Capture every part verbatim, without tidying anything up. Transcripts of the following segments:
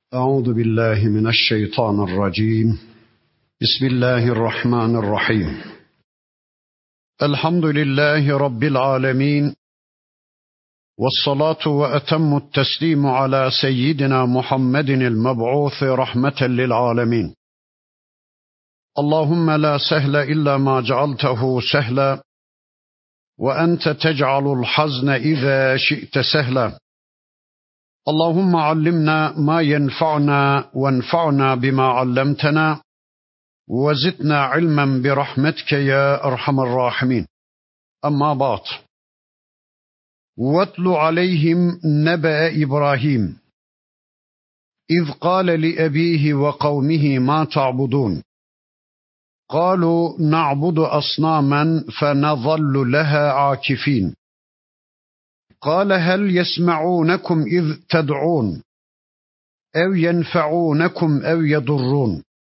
أعوذ بالله من الشيطان الرجيم. بسم الله الرحمن الرحيم. الحمد لله رب العالمين، والصلاة وأتم التسليم على سيدنا محمد المبعوث رحمة للعالمين. اللهم لا سهل إلا ما جعلته سهلا، وأنت تجعل الحزن إذا شئت سهلا. اللهم علمنا ما ينفعنا وانفعنا بما علمتنا، وزدنا علما برحمتك يا أرحم الراحمين. أما بعد، واتل عليهم نبأ إبراهيم إذ قال لأبيه وقومه ما تعبدون قالوا نعبد أصناما فنظل لها عاكفين قال هل يسمعونكم إذ تدعون أو ينفعونكم أو يضرون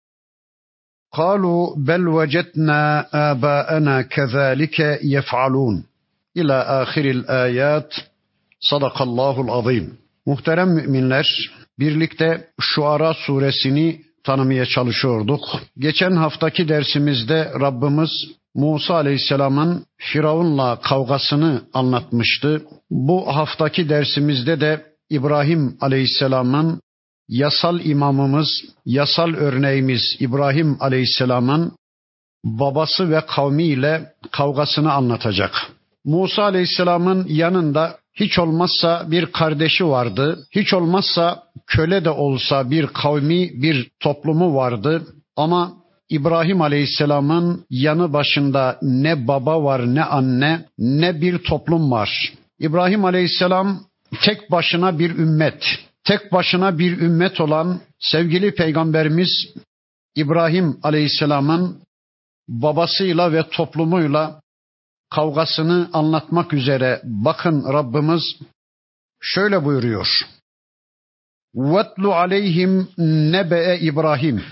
قالوا بل وجدنا آباءنا كذلك يفعلون إلى آخر الآيات. Sadakallahul azim. Muhterem müminler, birlikte Şuara suresini tanımaya çalışıyorduk. Geçen haftaki dersimizde Rabbimiz Musa Aleyhisselam'ın Firavun'la kavgasını anlatmıştı. Bu haftaki dersimizde de İbrahim Aleyhisselam'ın yasal imamımız, yasal örneğimiz İbrahim Aleyhisselam'ın babası ve kavmiyle kavgasını anlatacak. Musa Aleyhisselam'ın yanında hiç olmazsa bir kardeşi vardı. Hiç olmazsa köle de olsa bir kavmi, bir toplumu vardı. Ama İbrahim Aleyhisselam'ın yanı başında ne baba var, ne anne, ne bir toplum var. İbrahim Aleyhisselam tek başına bir ümmet, tek başına bir ümmet olan sevgili Peygamberimiz İbrahim Aleyhisselam'ın babasıyla ve toplumuyla kavgasını anlatmak üzere bakın Rabbimiz şöyle buyuruyor. وَاتْلُ عَلَيْهِمْ نَبَأَ İbrahim.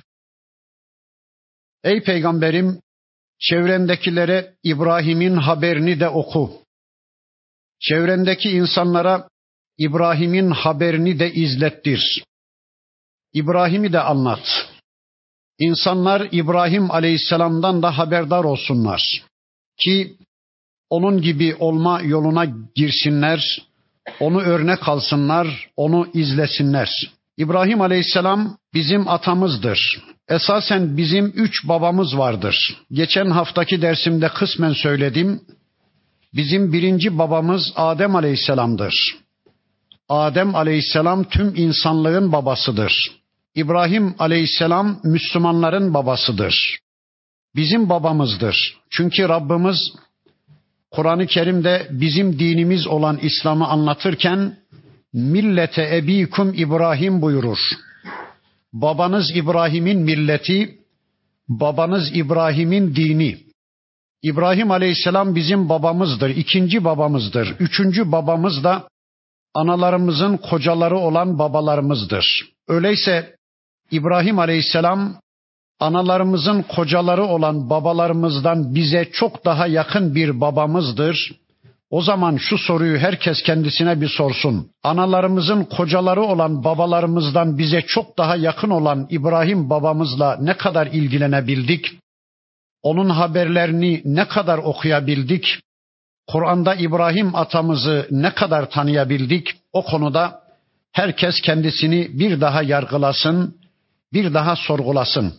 Ey Peygamberim, çevrendekilere İbrahim'in haberini de oku. Çevrendeki insanlara İbrahim'in haberini de izlettir. İbrahim'i de anlat. İnsanlar İbrahim Aleyhisselam'dan da haberdar olsunlar. Ki onun gibi olma yoluna girsinler, onu örnek alsınlar, onu izlesinler. İbrahim Aleyhisselam bizim atamızdır. Esasen bizim üç babamız vardır. Geçen haftaki dersimde kısmen söyledim. Bizim birinci babamız Adem Aleyhisselam'dır. Adem Aleyhisselam tüm insanlığın babasıdır. İbrahim Aleyhisselam Müslümanların babasıdır. Bizim babamızdır. Çünkü Rabbimiz Kur'an-ı Kerim'de bizim dinimiz olan İslam'ı anlatırken millete ebikum İbrahim buyurur. Babanız İbrahim'in milleti, babanız İbrahim'in dini. İbrahim Aleyhisselam bizim babamızdır, ikinci babamızdır. Üçüncü babamız da analarımızın kocaları olan babalarımızdır. Öyleyse İbrahim Aleyhisselam analarımızın kocaları olan babalarımızdan bize çok daha yakın bir babamızdır. O zaman şu soruyu herkes kendisine bir sorsun. Analarımızın kocaları olan babalarımızdan bize çok daha yakın olan İbrahim babamızla ne kadar ilgilenebildik? Onun haberlerini ne kadar okuyabildik? Kur'an'da İbrahim atamızı ne kadar tanıyabildik? O konuda herkes kendisini bir daha yargılasın, bir daha sorgulasın.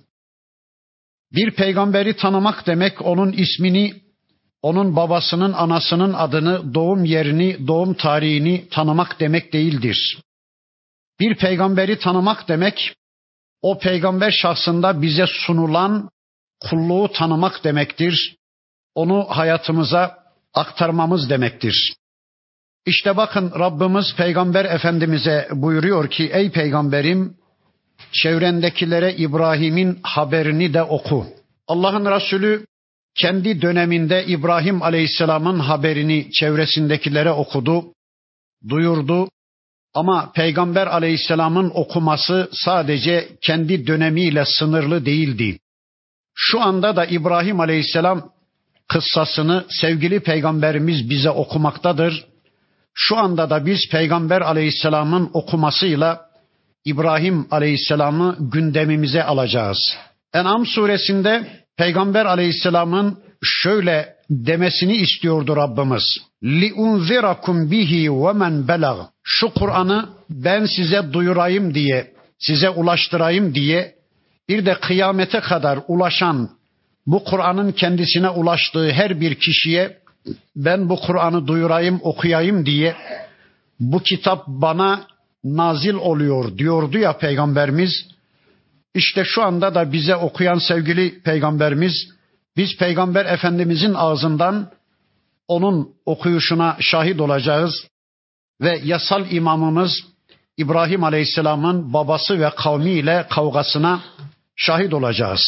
Bir peygamberi tanımak demek onun ismini, onun babasının, anasının adını, doğum yerini, doğum tarihini tanımak demek değildir. Bir peygamberi tanımak demek, o peygamber şahsında bize sunulan kulluğu tanımak demektir. Onu hayatımıza aktarmamız demektir. İşte bakın Rabbimiz Peygamber Efendimiz'e buyuruyor ki, ey peygamberim, çevrendekilere İbrahim'in haberini de oku. Allah'ın Resulü kendi döneminde İbrahim Aleyhisselam'ın haberini çevresindekilere okudu, duyurdu. Ama Peygamber Aleyhisselam'ın okuması sadece kendi dönemiyle sınırlı değildi. Şu anda da İbrahim Aleyhisselam kıssasını sevgili Peygamberimiz bize okumaktadır. Şu anda da biz Peygamber Aleyhisselam'ın okumasıyla İbrahim Aleyhisselam'ı gündemimize alacağız. En'am suresinde Peygamber Aleyhisselam'ın şöyle demesini istiyordu Rabbimiz. لِاُنْذِرَكُمْ بِهِ وَمَنْ بَلَغْ Şu Kur'an'ı ben size duyurayım diye, size ulaştırayım diye, bir de kıyamete kadar ulaşan, bu Kur'an'ın kendisine ulaştığı her bir kişiye ben bu Kur'an'ı duyurayım, okuyayım diye bu kitap bana nazil oluyor diyordu ya Peygamberimiz. İşte şu anda da bize okuyan sevgili Peygamberimiz, biz Peygamber Efendimizin ağzından onun okuyuşuna şahit olacağız ve yasal imamımız İbrahim Aleyhisselam'ın babası ve kavmiyle kavgasına şahit olacağız.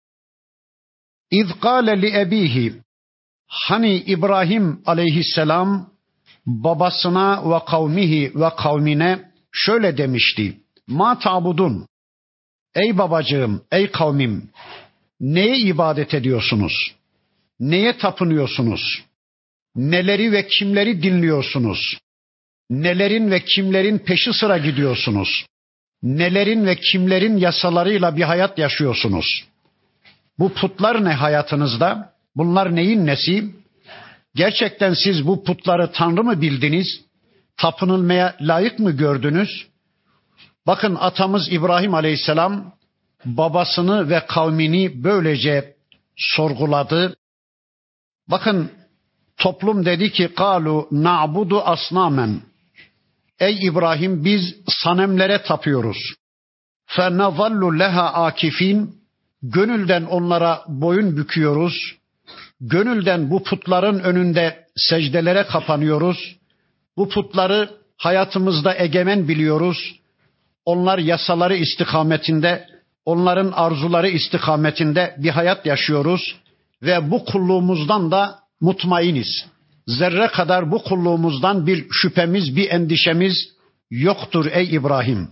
İz kâle li ebihi Hani İbrahim Aleyhisselam babasına ve kavmihi ve kavmine şöyle demişti. Ma ta'budun Ey babacığım, ey kavmim, neye ibadet ediyorsunuz? Neye tapınıyorsunuz? Neleri ve kimleri dinliyorsunuz? Nelerin ve kimlerin peşi sıra gidiyorsunuz? Nelerin ve kimlerin yasalarıyla bir hayat yaşıyorsunuz? Bu putlar ne hayatınızda? Bunlar neyin nesi? Gerçekten siz bu putları Tanrı mı bildiniz? Tapınılmaya layık mı gördünüz? Bakın atamız İbrahim Aleyhisselam babasını ve kavmini böylece sorguladı. Bakın toplum dedi ki kalu na'budu asnamen. Ey İbrahim biz sanemlere tapıyoruz. Fe nazallu leha akifin. Gönülden onlara boyun büküyoruz. Gönülden bu putların önünde secdelere kapanıyoruz. Bu putları hayatımızda egemen biliyoruz. Onlar yasaları istikametinde, onların arzuları istikametinde bir hayat yaşıyoruz ve bu kulluğumuzdan da mutmainiz. Zerre kadar bu kulluğumuzdan bir şüphemiz, bir endişemiz yoktur ey İbrahim.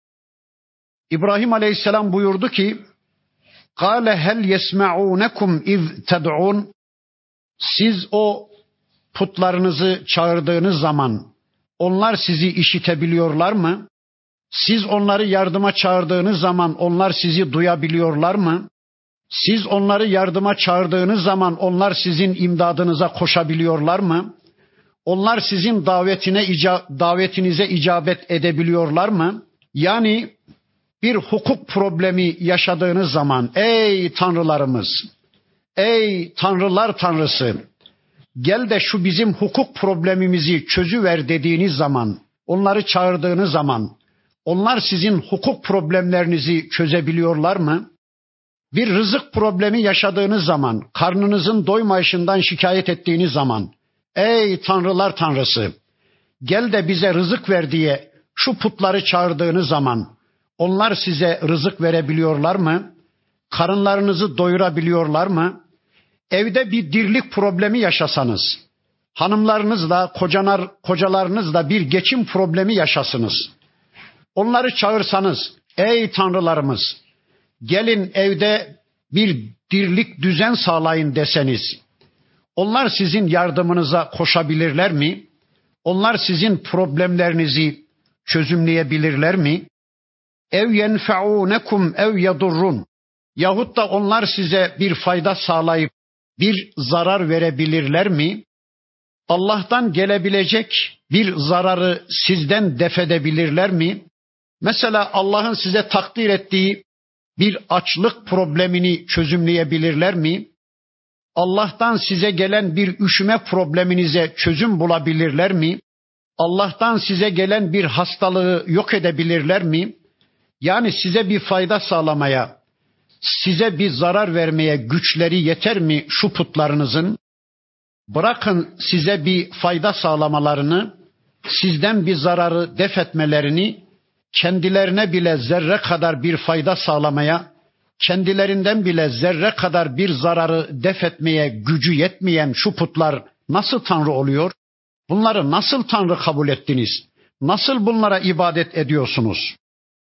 İbrahim Aleyhisselam buyurdu ki, قَالَ هَلْ يَسْمَعُونَكُمْ اِذْ تَدْعُونَ Siz o putlarınızı çağırdığınız zaman onlar sizi işitebiliyorlar mı? Siz onları yardıma çağırdığınız zaman onlar sizi duyabiliyorlar mı? Siz onları yardıma çağırdığınız zaman onlar sizin imdadınıza koşabiliyorlar mı? Onlar sizin davetine davetinize icabet edebiliyorlar mı? Yani bir hukuk problemi yaşadığınız zaman ey tanrılarımız, ey tanrılar tanrısı, gel de şu bizim hukuk problemimizi çözüver dediğiniz zaman, onları çağırdığınız zaman onlar sizin hukuk problemlerinizi çözebiliyorlar mı? Bir rızık problemi yaşadığınız zaman, karnınızın doymayışından şikayet ettiğiniz zaman, ey tanrılar tanrısı, gel de bize rızık ver diye şu putları çağırdığınız zaman, onlar size rızık verebiliyorlar mı? Karınlarınızı doyurabiliyorlar mı? Evde bir dirlik problemi yaşasanız, hanımlarınızla, kocalar, kocalarınızla bir geçim problemi yaşasınız. Onları çağırsanız, ey tanrılarımız, gelin evde bir dirlik düzen sağlayın deseniz, onlar sizin yardımınıza koşabilirler mi? Onlar sizin problemlerinizi çözümleyebilirler mi? Ev yenfe'unekum ev yadurrun. Yahut da onlar size bir fayda sağlayıp bir zarar verebilirler mi? Allah'tan gelebilecek bir zararı sizden defedebilirler mi? Mesela Allah'ın size takdir ettiği bir açlık problemini çözümleyebilirler mi? Allah'tan size gelen bir üşüme probleminize çözüm bulabilirler mi? Allah'tan size gelen bir hastalığı yok edebilirler mi? Yani size bir fayda sağlamaya, size bir zarar vermeye güçleri yeter mi şu putlarınızın? Bırakın size bir fayda sağlamalarını, sizden bir zararı def etmelerini, kendilerine bile zerre kadar bir fayda sağlamaya, kendilerinden bile zerre kadar bir zararı def etmeye gücü yetmeyen şu putlar nasıl Tanrı oluyor? Bunları nasıl Tanrı kabul ettiniz? Nasıl bunlara ibadet ediyorsunuz?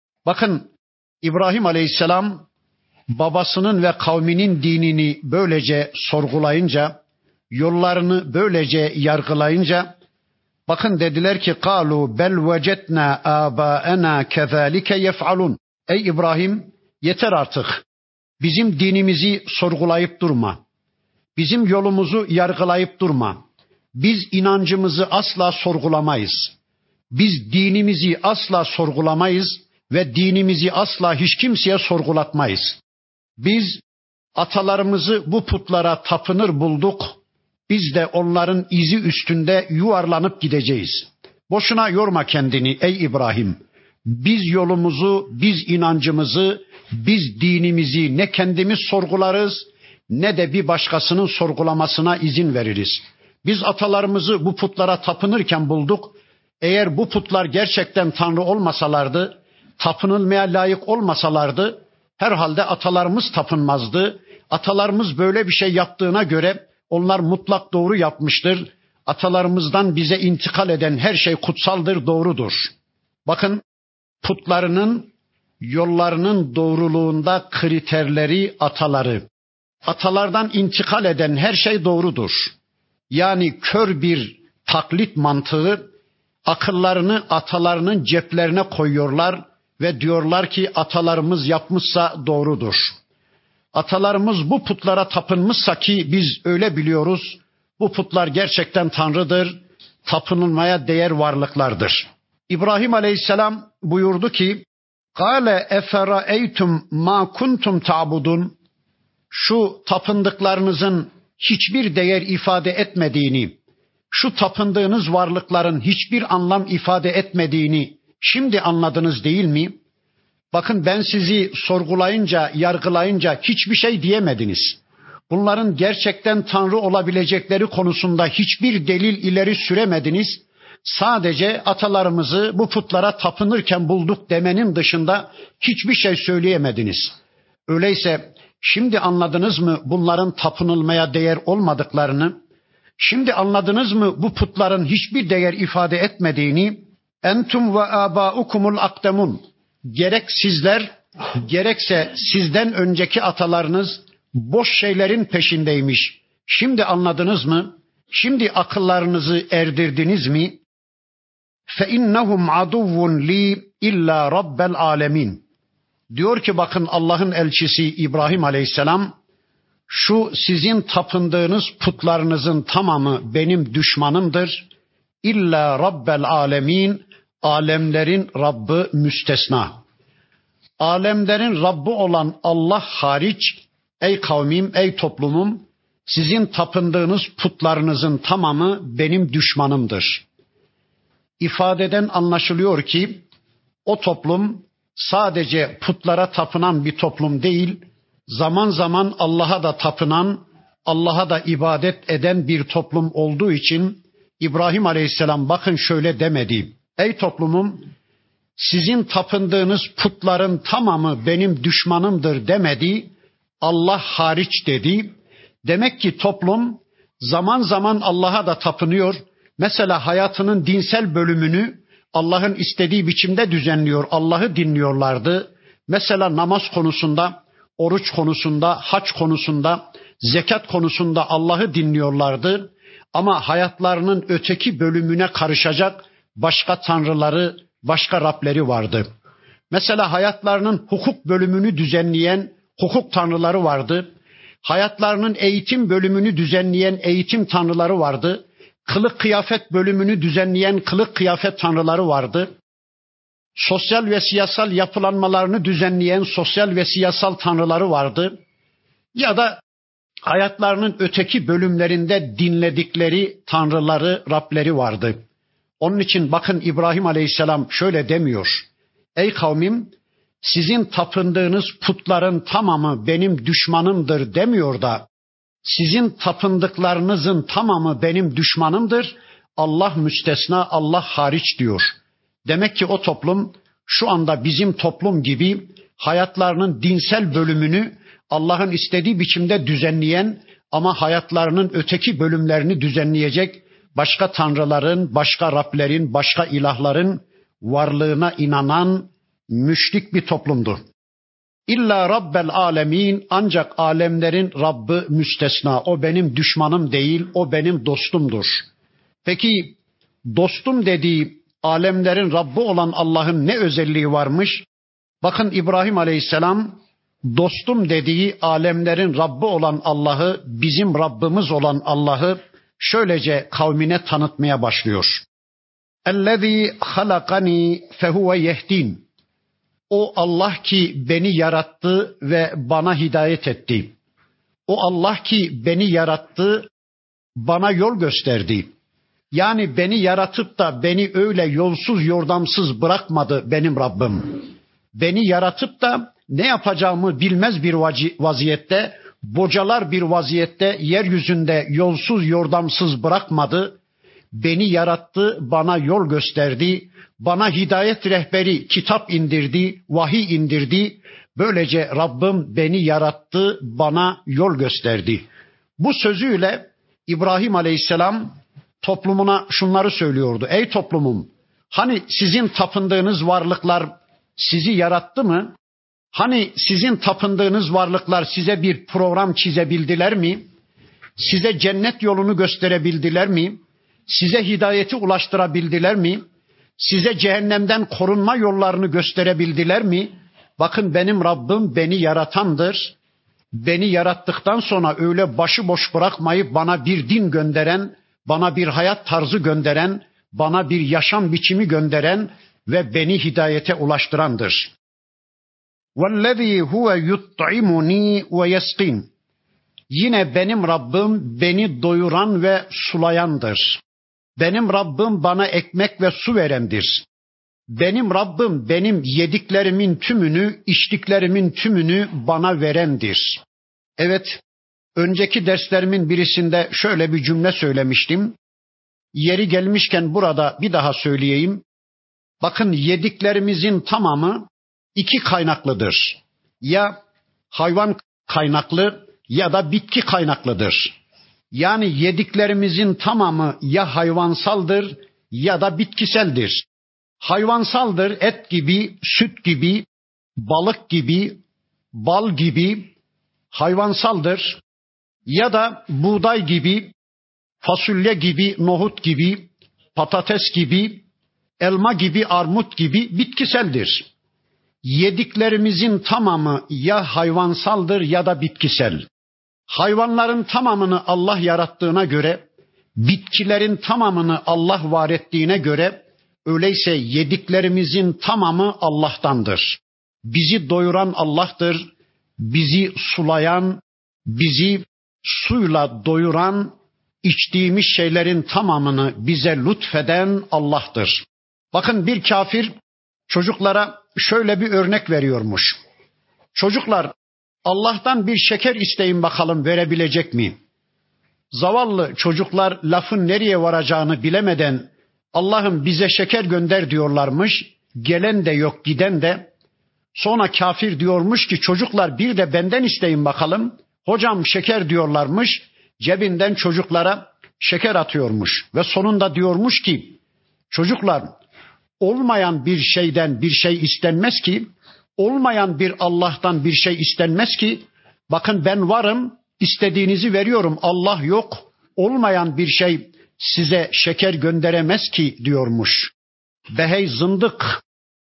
Bakın İbrahim Aleyhisselam babasının ve kavminin dinini böylece sorgulayınca, yollarını böylece yargılayınca Bakın dediler ki kalu bel vecetna abaena kezalike yef'alun. Ey İbrahim, yeter artık. Bizim dinimizi sorgulayıp durma. Bizim yolumuzu yargılayıp durma. Biz inancımızı asla sorgulamayız. Biz dinimizi asla sorgulamayız ve dinimizi asla hiç kimseye sorgulatmayız. Biz atalarımızı bu putlara tapınır bulduk. Biz de onların izi üstünde yuvarlanıp gideceğiz. Boşuna yorma kendini ey İbrahim. Biz yolumuzu, biz inancımızı, biz dinimizi ne kendimiz sorgularız ne de bir başkasının sorgulamasına izin veririz. Biz atalarımızı bu putlara tapınırken bulduk. Eğer bu putlar gerçekten Tanrı olmasalardı, tapınılmaya layık olmasalardı, herhalde atalarımız tapınmazdı. Atalarımız böyle bir şey yaptığına göre onlar mutlak doğru yapmıştır. Atalarımızdan bize intikal eden her şey kutsaldır, doğrudur. Bakın, putlarının, yollarının doğruluğunda kriterleri ataları. Atalardan intikal eden her şey doğrudur. Yani kör bir taklit mantığı, akıllarını atalarının ceplerine koyuyorlar ve diyorlar ki atalarımız yapmışsa doğrudur. Atalarımız bu putlara tapınmışsa ki biz öyle biliyoruz, bu putlar gerçekten Tanrı'dır, tapınılmaya değer varlıklardır. İbrahim Aleyhisselam buyurdu ki, "Kâle eferâeytum mâ kuntum ta'budun." Şu tapındıklarınızın hiçbir değer ifade etmediğini, şu tapındığınız varlıkların hiçbir anlam ifade etmediğini şimdi anladınız değil mi? Bakın ben sizi sorgulayınca, yargılayınca hiçbir şey diyemediniz. Bunların gerçekten Tanrı olabilecekleri konusunda hiçbir delil ileri süremediniz. Sadece atalarımızı bu putlara tapınırken bulduk demenin dışında hiçbir şey söyleyemediniz. Öyleyse şimdi anladınız mı bunların tapınılmaya değer olmadıklarını? Şimdi anladınız mı bu putların hiçbir değer ifade etmediğini? Entum ve abaukumul akdemun. Gerek sizler, gerekse sizden önceki atalarınız boş şeylerin peşindeymiş. Şimdi anladınız mı? Şimdi akıllarınızı erdirdiniz mi? Fe innahum aduvvun li illa rabbel alemin. Diyor ki bakın Allah'ın elçisi İbrahim Aleyhisselam, şu sizin tapındığınız putlarınızın tamamı benim düşmanımdır. İlla rabbel alemin, alemlerin Rabbi müstesna. Alemlerin Rabbi olan Allah hariç, ey kavmim, ey toplumum, sizin tapındığınız putlarınızın tamamı benim düşmanımdır. İfadeden anlaşılıyor ki o toplum sadece putlara tapınan bir toplum değil, zaman zaman Allah'a da tapınan, Allah'a da ibadet eden bir toplum olduğu için İbrahim Aleyhisselam bakın şöyle demedi. Ey toplumum, sizin tapındığınız putların tamamı benim düşmanımdır demedi, Allah hariç dedi. Demek ki toplum zaman zaman Allah'a da tapınıyor. Mesela hayatının dinsel bölümünü Allah'ın istediği biçimde düzenliyor, Allah'ı dinliyorlardı. Mesela namaz konusunda, oruç konusunda, hac konusunda, zekat konusunda Allah'ı dinliyorlardı. Ama hayatlarının öteki bölümüne karışacak başka tanrıları, başka Rableri vardı. Mesela hayatlarının hukuk bölümünü düzenleyen hukuk tanrıları vardı. Hayatlarının eğitim bölümünü düzenleyen eğitim tanrıları vardı. Kılık kıyafet bölümünü düzenleyen kılık kıyafet tanrıları vardı. Sosyal ve siyasal yapılanmalarını düzenleyen sosyal ve siyasal tanrıları vardı. Ya da hayatlarının öteki bölümlerinde dinledikleri tanrıları, Rableri vardı. Onun için bakın İbrahim Aleyhisselam şöyle demiyor. Ey kavmim, sizin tapındığınız putların tamamı benim düşmanımdır demiyor da, sizin tapındıklarınızın tamamı benim düşmanımdır, Allah müstesna, Allah hariç diyor. Demek ki o toplum şu anda bizim toplum gibi hayatlarının dinsel bölümünü Allah'ın istediği biçimde düzenleyen ama hayatlarının öteki bölümlerini düzenleyecek başka tanrıların, başka Rablerin, başka ilahların varlığına inanan müşrik bir toplumdu. İlla Rabbel alemin, ancak alemlerin Rabbi müstesna. O benim düşmanım değil, o benim dostumdur. Peki dostum dediği alemlerin Rabbi olan Allah'ın ne özelliği varmış? Bakın İbrahim Aleyhisselam dostum dediği alemlerin Rabbi olan Allah'ı, bizim Rabbimiz olan Allah'ı şöylece kavmine tanıtmaya başlıyor. اَلَّذ۪ي خَلَقَن۪ي فَهُوَ يَهْد۪ينَ O Allah ki beni yarattı ve bana hidayet etti. O Allah ki beni yarattı, bana yol gösterdi. Yani beni yaratıp da beni öyle yolsuz yordamsız bırakmadı benim Rabbim. Beni yaratıp da ne yapacağımı bilmez bir vaziyette, bocalar bir vaziyette yeryüzünde yolsuz yordamsız bırakmadı. Beni yarattı, bana yol gösterdi, bana hidayet rehberi kitap indirdi, vahiy indirdi. Böylece Rabbim beni yarattı, bana yol gösterdi. Bu sözüyle İbrahim Aleyhisselam toplumuna şunları söylüyordu. Ey toplumum, hani sizin tapındığınız varlıklar sizi yarattı mı? Hani sizin tapındığınız varlıklar size bir program çizebildiler mi? Size cennet yolunu gösterebildiler mi? Size hidayeti ulaştırabildiler mi? Size cehennemden korunma yollarını gösterebildiler mi? Bakın benim Rabbim beni yaratandır. Beni yarattıktan sonra öyle başıboş bırakmayıp bana bir din gönderen, bana bir hayat tarzı gönderen, bana bir yaşam biçimi gönderen ve beni hidayete ulaştırandır. وَالَّذ۪ي هُوَ يُطْعِمُن۪ي وَيَسْقِينَ Yine benim Rabbim beni doyuran ve sulayandır. Benim Rabbim bana ekmek ve su verendir. Benim Rabbim benim yediklerimin tümünü, içtiklerimin tümünü bana verendir. Evet, önceki derslerimin birisinde şöyle bir cümle söylemiştim. Yeri gelmişken burada bir daha söyleyeyim. Bakın yediklerimizin tamamı iki kaynaklıdır. Ya hayvan kaynaklı ya da bitki kaynaklıdır. Yani yediklerimizin tamamı ya hayvansaldır ya da bitkiseldir. Hayvansaldır, et gibi, süt gibi, balık gibi, bal gibi hayvansaldır. Ya da buğday gibi, fasulye gibi, nohut gibi, patates gibi, elma gibi, armut gibi bitkiseldir. Yediklerimizin tamamı ya hayvansaldır ya da bitkisel. Hayvanların tamamını Allah yarattığına göre, bitkilerin tamamını Allah var ettiğine göre, öyleyse yediklerimizin tamamı Allah'tandır. Bizi doyuran Allah'tır, bizi sulayan, bizi suyla doyuran, içtiğimiz şeylerin tamamını bize lütfeden Allah'tır. Bakın bir kafir çocuklara şöyle bir örnek veriyormuş. Çocuklar, Allah'tan bir şeker isteyin bakalım verebilecek mi? Zavallı çocuklar lafın nereye varacağını bilemeden Allah'ım bize şeker gönder diyorlarmış. Gelen de yok, giden de. Sonra kafir diyormuş ki çocuklar bir de benden isteyin bakalım. Hocam şeker diyorlarmış. Cebinden çocuklara şeker atıyormuş. Ve sonunda diyormuş ki çocuklar olmayan bir şeyden bir şey istenmez ki. Olmayan bir Allah'tan bir şey istenmez ki. Bakın ben varım, istediğinizi veriyorum. Allah yok. Olmayan bir şey size şeker gönderemez ki diyormuş. Behey zındık.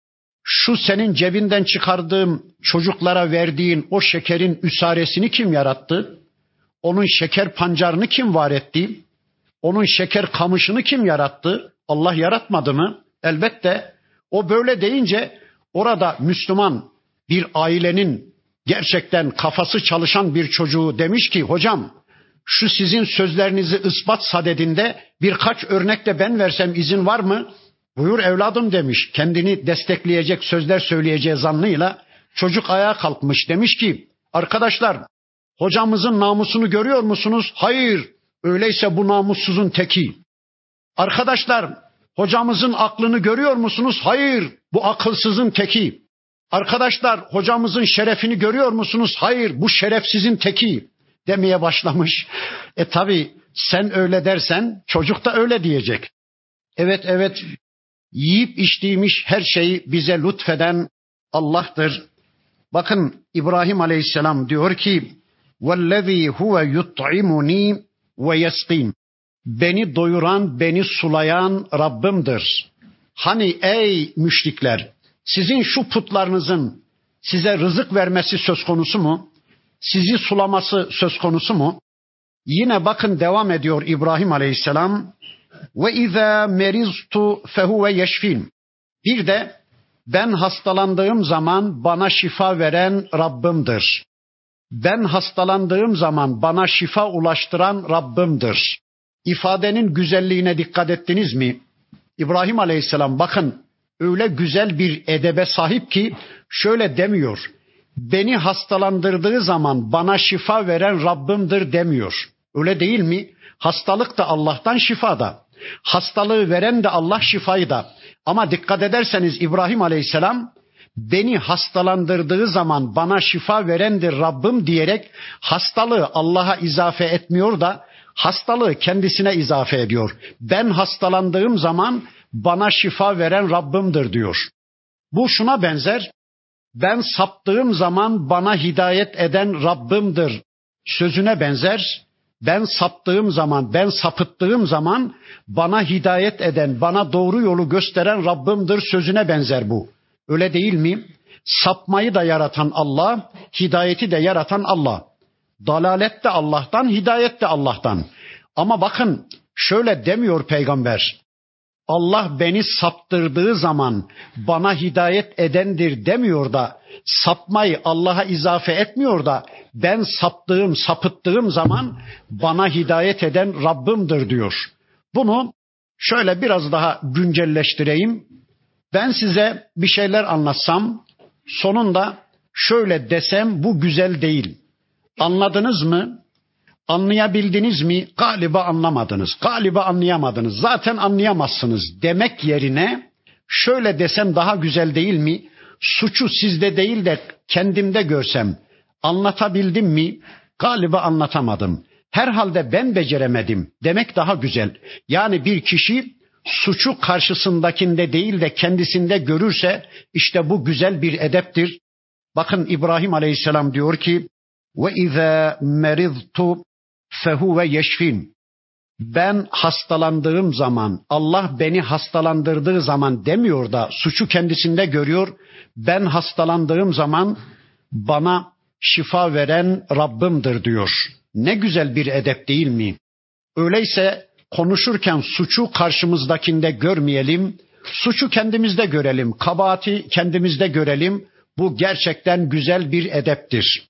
Şu senin cebinden çıkardığım çocuklara verdiğin o şekerin üsaresini kim yarattı? Onun şeker pancarını kim var etti? Onun şeker kamışını kim yarattı? Allah yaratmadı mı? Elbette. O böyle deyince orada Müslüman bir ailenin gerçekten kafası çalışan bir çocuğu demiş ki hocam şu sizin sözlerinizi ispat sadedinde birkaç örnek de ben versem izin var mı? Buyur evladım demiş. Kendini destekleyecek sözler söyleyeceği zannıyla çocuk ayağa kalkmış. Demiş ki arkadaşlar hocamızın namusunu görüyor musunuz? Hayır. Öyleyse bu namussuzun teki. Arkadaşlar hocamızın aklını görüyor musunuz? Hayır. Bu akılsızın teki. Arkadaşlar hocamızın şerefini görüyor musunuz? Hayır. Bu şerefsizin teki demeye başlamış. E tabi sen öyle dersen çocuk da öyle diyecek. Evet evet yiyip içtiğimiz her şeyi bize lütfeden Allah'tır. Bakın İbrahim Aleyhisselam diyor ki وَالَّذ۪ي هُوَ يُطْعِمُن۪ي وَيَسْقِينَ beni doyuran, beni sulayan Rabbimdir. Hani ey müşrikler, sizin şu putlarınızın size rızık vermesi söz konusu mu? Sizi sulaması söz konusu mu? Yine bakın devam ediyor İbrahim Aleyhisselam. Ve izâ meriztu fehuve yeşfin. Bir de ben hastalandığım zaman bana şifa veren Rabbimdir. Ben hastalandığım zaman bana şifa ulaştıran Rabbimdir. İfadenin güzelliğine dikkat ettiniz mi? İbrahim Aleyhisselam bakın öyle güzel bir edebe sahip ki şöyle demiyor. Beni hastalandırdığı zaman bana şifa veren Rabbimdir demiyor. Öyle değil mi? Hastalık da Allah'tan, şifa da. Hastalığı veren de Allah, şifayı da. Ama dikkat ederseniz İbrahim Aleyhisselam beni hastalandırdığı zaman bana şifa verendir Rabbim diyerek hastalığı Allah'a izafe etmiyor da hastalığı kendisine izafe ediyor. Ben hastalandığım zaman bana şifa veren Rabbimdir diyor. Bu şuna benzer. Ben saptığım zaman bana hidayet eden Rabbimdir sözüne benzer. Ben saptığım zaman, ben sapıttığım zaman bana hidayet eden, bana doğru yolu gösteren Rabbimdir sözüne benzer bu. Öyle değil mi? Sapmayı da yaratan Allah, hidayeti de yaratan Allah. Dalalet de Allah'tan, hidayet de Allah'tan. Ama bakın şöyle demiyor peygamber. Allah beni saptırdığı zaman bana hidayet edendir demiyor da sapmayı Allah'a izafe etmiyor da ben saptığım, sapıttığım zaman bana hidayet eden Rabbimdir diyor. Bunu şöyle biraz daha güncelleştireyim. Ben size bir şeyler anlatsam sonunda şöyle desem bu güzel değil. Anladınız mı? Anlayabildiniz mi? Galiba anlamadınız. Galiba anlayamadınız. Zaten anlayamazsınız demek yerine şöyle desem daha güzel değil mi? Suçu sizde değil de kendimde görsem anlatabildim mi? Galiba anlatamadım. Herhalde ben beceremedim demek daha güzel. Yani bir kişi suçu karşısındakinde değil de kendisinde görürse işte bu güzel bir edeptir. Bakın İbrahim Aleyhisselam diyor ki ve izâ meriztu fehuve yeşfin. Ben hastalandığım zaman, Allah beni hastalandırdığı zaman demiyor da suçu kendisinde görüyor. Ben hastalandığım zaman bana şifa veren Rabbimdir diyor. Ne güzel bir edep değil mi? Öyleyse konuşurken suçu karşımızdakinde görmeyelim. Suçu kendimizde görelim. Kabahati kendimizde görelim. Bu gerçekten güzel bir edeptir.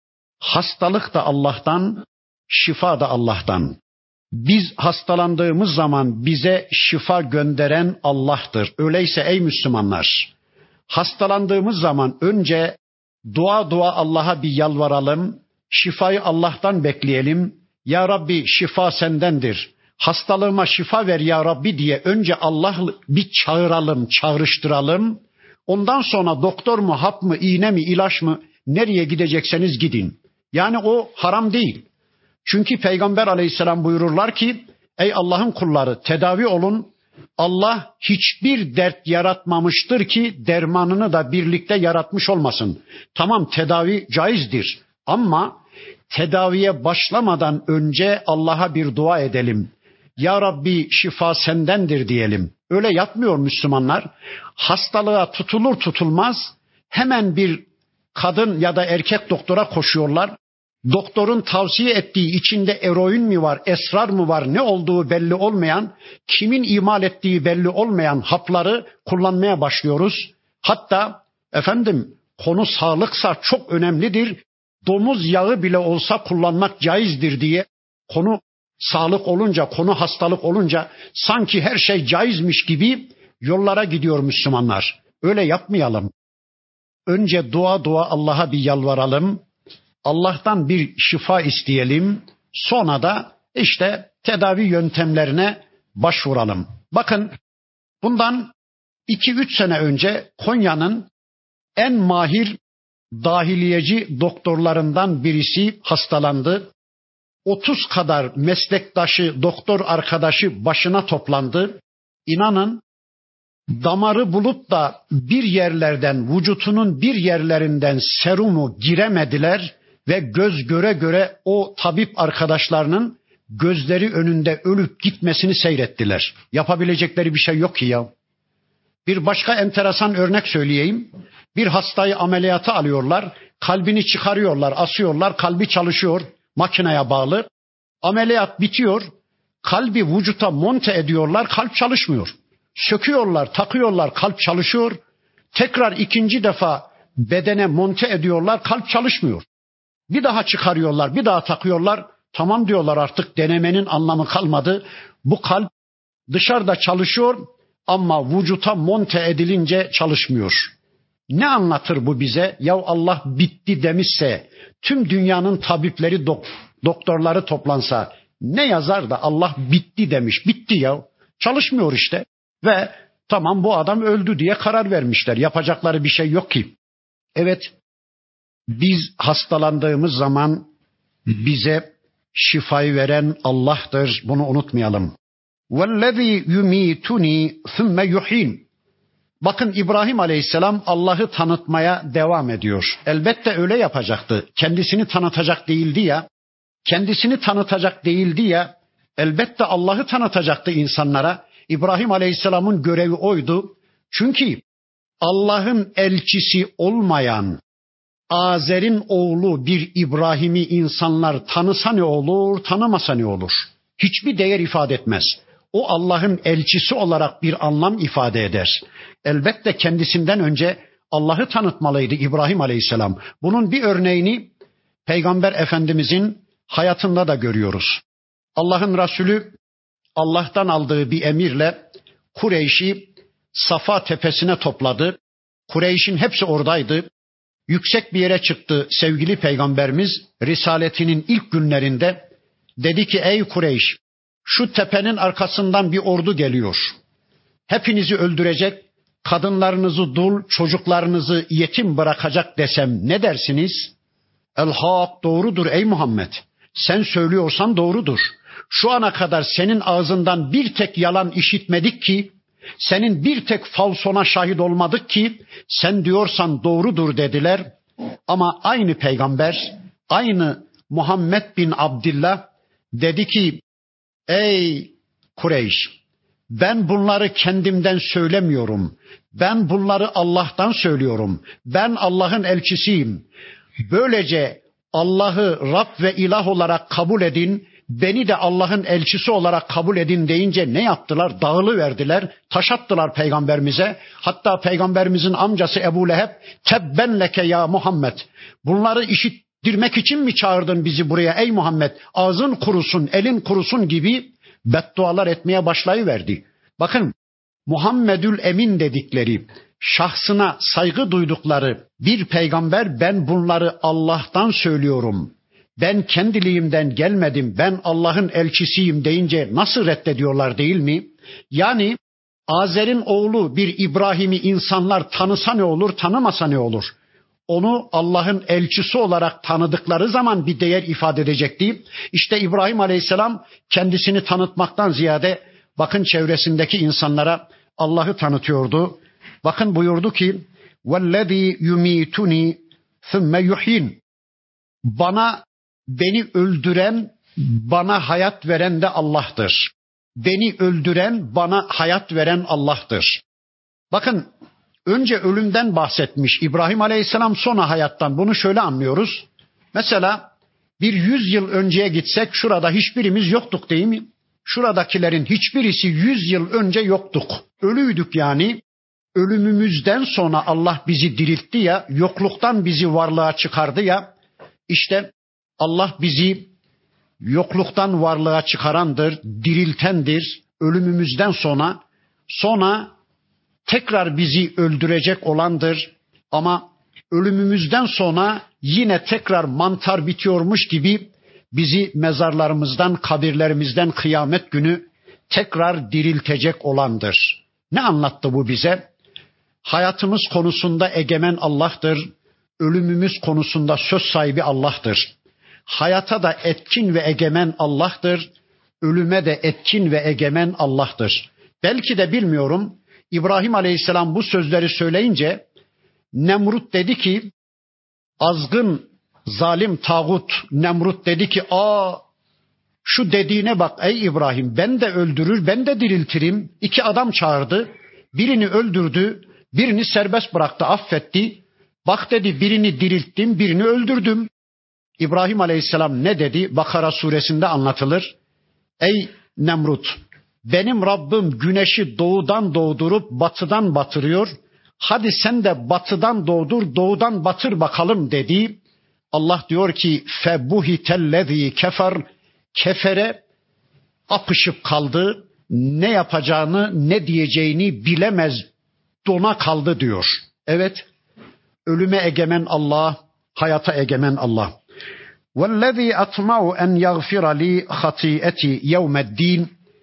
Hastalık da Allah'tan, şifa da Allah'tan. Biz hastalandığımız zaman bize şifa gönderen Allah'tır. Öyleyse ey Müslümanlar, hastalandığımız zaman önce dua dua Allah'a bir yalvaralım. Şifayı Allah'tan bekleyelim. Ya Rabbi şifa sendendir. Hastalığıma şifa ver ya Rabbi diye önce Allah'ı bir çağıralım, çağrıştıralım. Ondan sonra doktor mu, hap mı, iğne mi, ilaç mı, nereye gidecekseniz gidin. Yani o haram değil. Çünkü Peygamber Aleyhisselam buyururlar ki ey Allah'ın kulları tedavi olun. Allah hiçbir dert yaratmamıştır ki dermanını da birlikte yaratmış olmasın. Tamam tedavi caizdir ama tedaviye başlamadan önce Allah'a bir dua edelim. Ya Rabbi şifa sendendir diyelim. Öyle yapmıyor Müslümanlar. Hastalığa tutulur tutulmaz hemen bir kadın ya da erkek doktora koşuyorlar. Doktorun tavsiye ettiği içinde eroin mi var, esrar mı var, ne olduğu belli olmayan, kimin imal ettiği belli olmayan hapları kullanmaya başlıyoruz. Hatta efendim konu sağlıksa çok önemlidir. Domuz yağı bile olsa kullanmak caizdir diye konu sağlık olunca, konu hastalık olunca sanki her şey caizmiş gibi yollara gidiyor Müslümanlar. Öyle yapmayalım. Önce dua dua Allah'a bir yalvaralım. Allah'tan bir şifa isteyelim. Sonra da işte tedavi yöntemlerine başvuralım. Bakın bundan iki üç sene önce Konya'nın en mahir dahiliyeci doktorlarından birisi hastalandı. otuz kadar meslektaşı, doktor arkadaşı başına toplandı. İnanın damarı bulup da bir yerlerden, vücutunun bir yerlerinden serumu giremediler ve göz göre göre o tabip arkadaşlarının gözleri önünde ölüp gitmesini seyrettiler. Yapabilecekleri bir şey yok ki ya. Bir başka enteresan örnek söyleyeyim. Bir hastayı ameliyata alıyorlar, kalbini çıkarıyorlar, asıyorlar, kalbi çalışıyor, makineye bağlı. Ameliyat bitiyor, kalbi vücuta monte ediyorlar, kalp çalışmıyor. Söküyorlar, takıyorlar, kalp çalışıyor. Tekrar ikinci defa bedene monte ediyorlar, kalp çalışmıyor. Bir daha çıkarıyorlar, bir daha takıyorlar. Tamam diyorlar, artık denemenin anlamı kalmadı. Bu kalp dışarıda çalışıyor ama vücuta monte edilince çalışmıyor. Ne anlatır bu bize? Ya Allah bitti demişse, tüm dünyanın tabipleri, dok- doktorları toplansa ne yazar da Allah bitti demiş. Bitti ya. Çalışmıyor işte. Ve tamam, bu adam öldü diye karar vermişler. Yapacakları bir şey yok ki. Evet, biz hastalandığımız zaman bize şifayı veren Allah'tır. Bunu unutmayalım. وَالَّذ۪ي يُم۪يتُن۪ي ثُمَّ يُح۪ينَ. Bakın, İbrahim Aleyhisselam Allah'ı tanıtmaya devam ediyor. Elbette öyle yapacaktı. Kendisini tanıtacak değildi ya. Kendisini tanıtacak değildi ya. Elbette Allah'ı tanıtacaktı insanlara. İbrahim Aleyhisselam'ın görevi oydu. Çünkü Allah'ın elçisi olmayan Azer'in oğlu bir İbrahim'i insanlar tanısa ne olur, tanımasa ne olur? Hiçbir değer ifade etmez. O Allah'ın elçisi olarak bir anlam ifade eder. Elbette kendisinden önce Allah'ı tanıtmalıydı İbrahim Aleyhisselam. Bunun bir örneğini Peygamber Efendimizin hayatında da görüyoruz. Allah'ın Resulü Allah'tan aldığı bir emirle Kureyş'i Safa tepesine topladı. Kureyş'in hepsi oradaydı. Yüksek bir yere çıktı sevgili Peygamberimiz risaletinin ilk günlerinde. Dedi ki, ey Kureyş, şu tepenin arkasından bir ordu geliyor. Hepinizi öldürecek, kadınlarınızı dul, çocuklarınızı yetim bırakacak desem ne dersiniz? El hak, doğrudur ey Muhammed. Sen söylüyorsan doğrudur. Şu ana kadar senin ağzından bir tek yalan işitmedik ki, senin bir tek falsona şahit olmadık ki, sen diyorsan doğrudur dediler. Ama aynı peygamber, aynı Muhammed bin Abdillah dedi ki, ey Kureyş, ben bunları kendimden söylemiyorum. Ben bunları Allah'tan söylüyorum. Ben Allah'ın elçisiyim. Böylece Allah'ı Rab ve ilah olarak kabul edin, beni de Allah'ın elçisi olarak kabul edin deyince ne yaptılar? Dağılıverdiler, taş attılar peygamberimize. Hatta peygamberimizin amcası Ebu Leheb, tebben leke ya Muhammed. Bunları işittirmek için mi çağırdın bizi buraya ey Muhammed? Ağzın kurusun, elin kurusun gibi beddualar etmeye başlayıverdi. Bakın, Muhammedül Emin dedikleri, şahsına saygı duydukları bir peygamber, ben bunları Allah'tan söylüyorum, ben kendiliğimden gelmedim, ben Allah'ın elçisiyim deyince nasıl reddediyorlar değil mi? Yani Azer'in oğlu bir İbrahim'i insanlar tanısa ne olur, tanımasa ne olur? Onu Allah'ın elçisi olarak tanıdıkları zaman bir değer ifade edecekti. İşte İbrahim Aleyhisselam kendisini tanıtmaktan ziyade bakın çevresindeki insanlara Allah'ı tanıtıyordu. Bakın buyurdu ki, وَالَّذ۪ي يُم۪يتُن۪ي ثُمَّ يُح۪ينَ. Bana, beni öldüren, bana hayat veren de Allah'tır. Beni öldüren, bana hayat veren Allah'tır. Bakın, önce ölümden bahsetmiş İbrahim Aleyhisselam, sonra hayattan. Bunu şöyle anlıyoruz. Mesela bir yüz yıl önceye gitsek, şurada hiçbirimiz yoktuk değil mi? Şuradakilerin hiçbirisi yüz yıl önce yoktuk. Ölüydük yani. Ölümümüzden sonra Allah bizi diriltti ya, yokluktan bizi varlığa çıkardı ya. İşte Allah bizi yokluktan varlığa çıkarandır, diriltendir. Ölümümüzden sonra, sonra tekrar bizi öldürecek olandır. Ama ölümümüzden sonra yine tekrar mantar bitiyormuş gibi bizi mezarlarımızdan, kabirlerimizden kıyamet günü tekrar diriltecek olandır. Ne anlattı bu bize? Hayatımız konusunda egemen Allah'tır. Ölümümüz konusunda söz sahibi Allah'tır. Hayata da etkin ve egemen Allah'tır. Ölüme de etkin ve egemen Allah'tır. Belki de bilmiyorum, İbrahim Aleyhisselam bu sözleri söyleyince Nemrut dedi ki, azgın, zalim tağut Nemrut dedi ki, aa şu dediğine bak ey İbrahim, ben de öldürür ben de diriltirim. İki adam çağırdı, birini öldürdü, birini serbest bıraktı, affetti. Bak dedi, birini dirilttim, birini öldürdüm. İbrahim Aleyhisselam ne dedi? Bakara suresinde anlatılır. Ey Nemrut, benim Rabbim güneşi doğudan doğdurup batıdan batırıyor. Hadi sen de batıdan doğdur, doğudan batır bakalım dedi. Allah diyor ki febuhitellezî kefer, kefere apışıp kaldı. Ne yapacağını, ne diyeceğini bilemez, dona kaldı diyor. Evet, ölüme egemen Allah, hayata egemen Allah. وَالَّذ۪ي أَطْمَعُ اَنْ يَغْفِرَ لِي خَطِيئَتِي يَوْمَ الدِّينِ.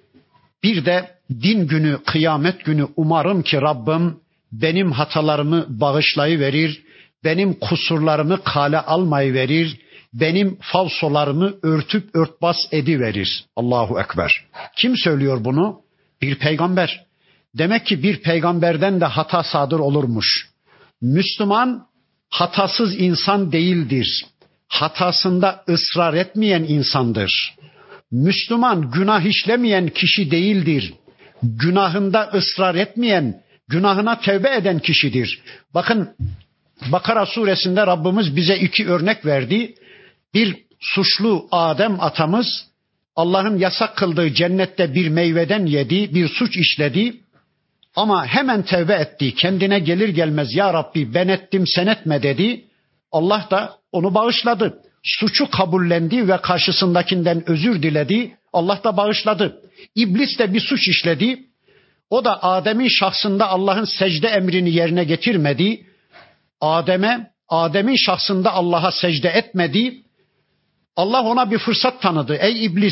Bir de din günü, kıyamet günü umarım ki Rabbim benim hatalarımı bağışlayıverir, benim kusurlarımı kale almayıverir, benim falsolarımı örtüp örtbas ediverir. Allahu Ekber. Kim söylüyor bunu? Bir peygamber. Demek ki bir peygamberden de hata sadır olurmuş. Müslüman hatasız insan değildir. Hatasında ısrar etmeyen insandır. Müslüman günah işlemeyen kişi değildir. Günahında ısrar etmeyen, günahına tevbe eden kişidir. Bakın Bakara suresinde Rabbimiz bize iki örnek verdi. Bir suçlu Adem atamız Allah'ın yasak kıldığı cennette bir meyveden yedi, bir suç işledi. Ama hemen tevbe etti. Kendine gelir gelmez ya Rabbi ben ettim sen etme dedi. Allah da onu bağışladı. Suçu kabullendi ve karşısındakinden özür diledi. Allah da bağışladı. İblis de bir suç işledi. O da Adem'in şahsında Allah'ın secde emrini yerine getirmedi. Adem'e, Adem'in şahsında Allah'a secde etmedi. Allah ona bir fırsat tanıdı. Ey iblis,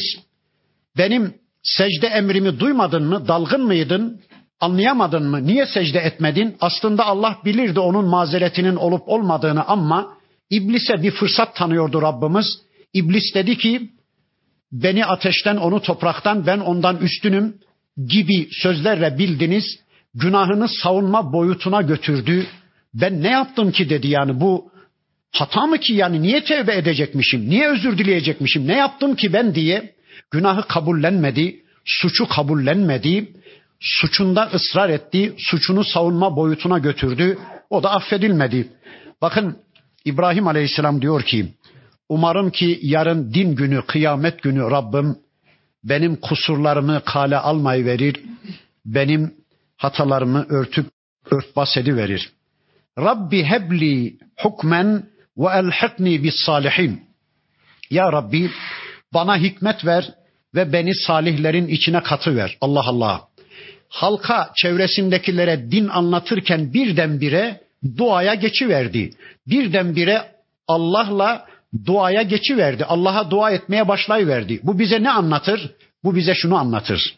benim secde emrimi duymadın mı? Dalgın mıydın? Anlayamadın mı? Niye secde etmedin? Aslında Allah bilirdi onun mazeretinin olup olmadığını ama İblise bir fırsat tanıyordu Rabbimiz. İblis dedi ki beni ateşten onu topraktan ben ondan üstünüm gibi sözlerle bildiniz. Günahını savunma boyutuna götürdü. Ben ne yaptım ki dedi, yani bu hata mı ki, yani niye tevbe edecekmişim? Niye özür dileyecekmişim? Ne yaptım ki ben diye günahı kabullenmedi. Suçu kabullenmedi. Suçunda ısrar etti. Suçunu savunma boyutuna götürdü. O da affedilmedi. Bakın İbrahim Aleyhisselam diyor ki umarım ki yarın din günü, kıyamet günü Rabbim benim kusurlarımı kale almayı verir. Benim hatalarımı örtüp örtbas ediverir. Rabbi hebli hukmen ve elhikni bis salihin. Ya Rabbi bana hikmet ver ve beni salihlerin içine katıver. Allah Allah. Halka, çevresindekilere din anlatırken birdenbire duaya geçiverdi. Birdenbire Allah'la duaya geçiverdi. Allah'a dua etmeye başlayıverdi. Bu bize ne anlatır? Bu bize şunu anlatır.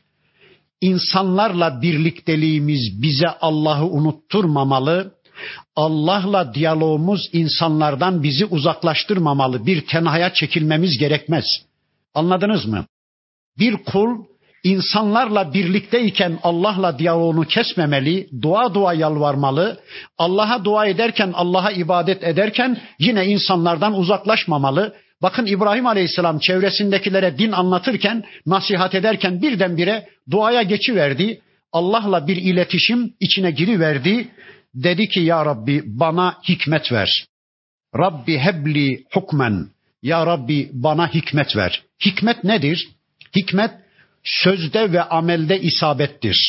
İnsanlarla birlikteliğimiz bize Allah'ı unutturmamalı. Allah'la diyalogumuz insanlardan bizi uzaklaştırmamalı. Bir tenhaya çekilmemiz gerekmez. Anladınız mı? Bir kul İnsanlarla birlikteyken Allah'la diyaloğunu kesmemeli, dua dua yalvarmalı, Allah'a dua ederken, Allah'a ibadet ederken yine insanlardan uzaklaşmamalı. Bakın İbrahim Aleyhisselam çevresindekilere din anlatırken, nasihat ederken birdenbire duaya geçiverdi. Allah'la bir iletişim içine giriverdi. Dedi ki ya Rabbi bana hikmet ver. Rabbi hebli hukmen. Ya Rabbi bana hikmet ver. Hikmet nedir? Hikmet sözde ve amelde isabettir.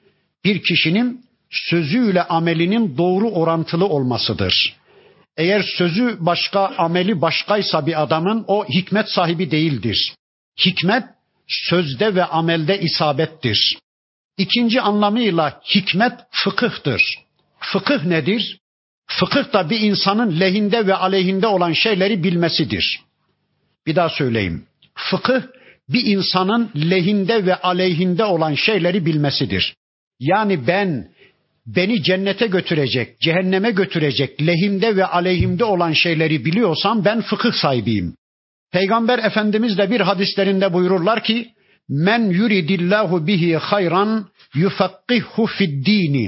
Bir kişinin sözüyle amelinin doğru orantılı olmasıdır. Eğer sözü başka, ameli başkaysa bir adamın o hikmet sahibi değildir. Hikmet sözde ve amelde isabettir. İkinci anlamıyla hikmet fıkıhtır. Fıkıh nedir? Fıkıh da bir insanın lehinde ve aleyhinde olan şeyleri bilmesidir. Bir daha söyleyeyim. Fıkıh bir insanın lehinde ve aleyhinde olan şeyleri bilmesidir. Yani ben beni cennete götürecek, cehenneme götürecek, lehimde ve aleyhimde olan şeyleri biliyorsam ben fıkıh sahibiyim. Peygamber Efendimiz de bir hadislerinde buyururlar ki men yuridillahu bihi hayran yufakkihhu fi'd-dini.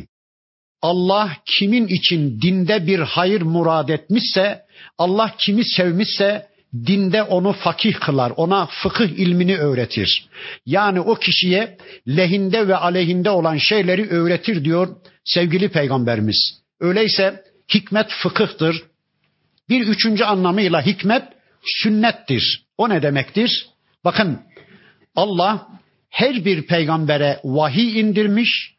Allah kimin için dinde bir hayır murad etmişse, Allah kimi sevmişse dinde onu fakih kılar, ona fıkıh ilmini öğretir. Yani o kişiye lehinde ve aleyhinde olan şeyleri öğretir diyor sevgili Peygamberimiz. Öyleyse hikmet fıkıhtır. Bir üçüncü anlamıyla hikmet sünnettir. O ne demektir? Bakın, Allah her bir peygambere vahiy indirmiş,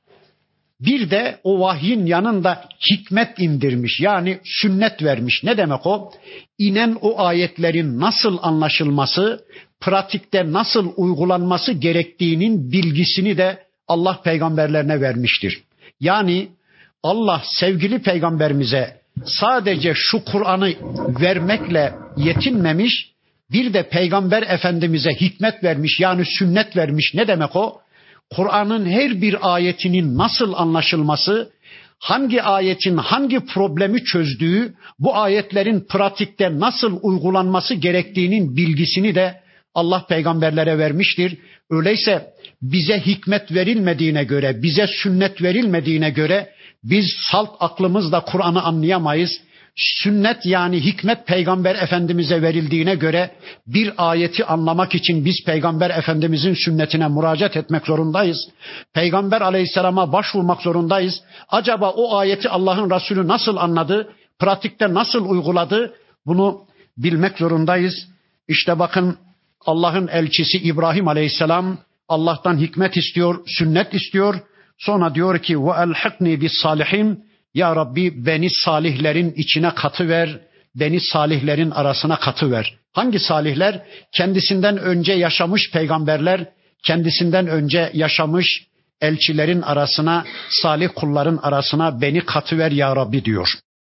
bir de o vahyin yanında hikmet indirmiş. Yani sünnet vermiş. Ne demek o? İnen o ayetlerin nasıl anlaşılması, pratikte nasıl uygulanması gerektiğinin bilgisini de Allah peygamberlerine vermiştir. Yani Allah sevgili peygamberimize sadece şu Kur'an'ı vermekle yetinmemiş, bir de peygamber efendimize hikmet vermiş, yani sünnet vermiş. Ne demek o? Kur'an'ın her bir ayetinin nasıl anlaşılması, hangi ayetin hangi problemi çözdüğü, bu ayetlerin pratikte nasıl uygulanması gerektiğinin bilgisini de Allah peygamberlere vermiştir. Öyleyse bize hikmet verilmediğine göre, bize sünnet verilmediğine göre biz salt aklımızla Kur'an'ı anlayamayız. Sünnet yani hikmet peygamber efendimize verildiğine göre bir ayeti anlamak için biz peygamber efendimizin sünnetine müracaat etmek zorundayız. Peygamber aleyhisselama başvurmak zorundayız. Acaba o ayeti Allah'ın Resulü nasıl anladı, pratikte nasıl uyguladı, bunu bilmek zorundayız. İşte bakın, Allah'ın elçisi İbrahim aleyhisselam Allah'tan hikmet istiyor, sünnet istiyor. Sonra diyor ki ve elhikni bis salihin, ya Rabbi beni salihlerin içine katıver, beni salihlerin arasına katıver. Hangi salihler? Kendisinden önce yaşamış peygamberler, kendisinden önce yaşamış elçilerin arasına, salih kulların arasına beni katıver ya Rabbi diyor.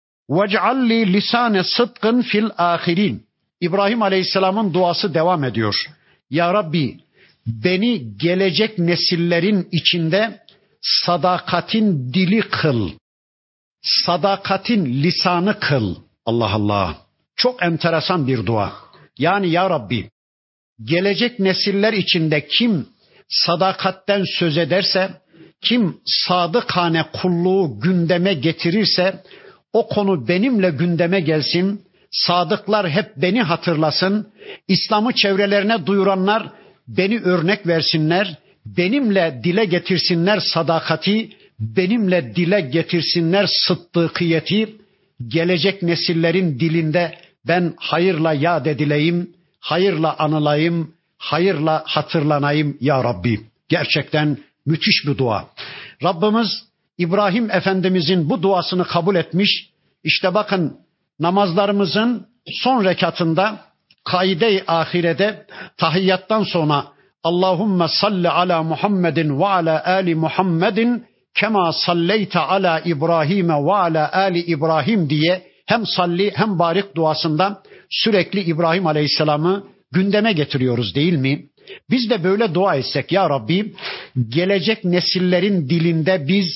Vec'alli lisane sıdkın fil ahirin. İbrahim Aleyhisselam'ın duası devam ediyor. Ya Rabbi beni gelecek nesillerin içinde sadakatin dili kıl. Sadakatin lisanı kıl. Allah Allah. Çok enteresan bir dua. Yani ya Rabbi, gelecek nesiller içinde kim sadakatten söz ederse, kim sadıkane kulluğu gündeme getirirse, o konu benimle gündeme gelsin. Sadıklar hep beni hatırlasın. İslam'ı çevrelerine duyuranlar beni örnek versinler. Benimle dile getirsinler sadakati, benimle dile getirsinler sıddıkiyeti. Gelecek nesillerin dilinde ben hayırla yad edileyim, hayırla anılayım, hayırla hatırlanayım ya Rabbi. Gerçekten müthiş bir dua. Rabbimiz İbrahim Efendimizin bu duasını kabul etmiş. İşte bakın, namazlarımızın son rekatında kaide-i ahirede tahiyyattan sonra Allahümme salli ala Muhammedin ve ala ali Muhammedin kema salleyte ala İbrahim ve ala ali İbrahim diye hem salli hem barik duasında sürekli İbrahim Aleyhisselam'ı gündeme getiriyoruz değil mi? Biz de böyle dua etsek ya Rabbi, gelecek nesillerin dilinde biz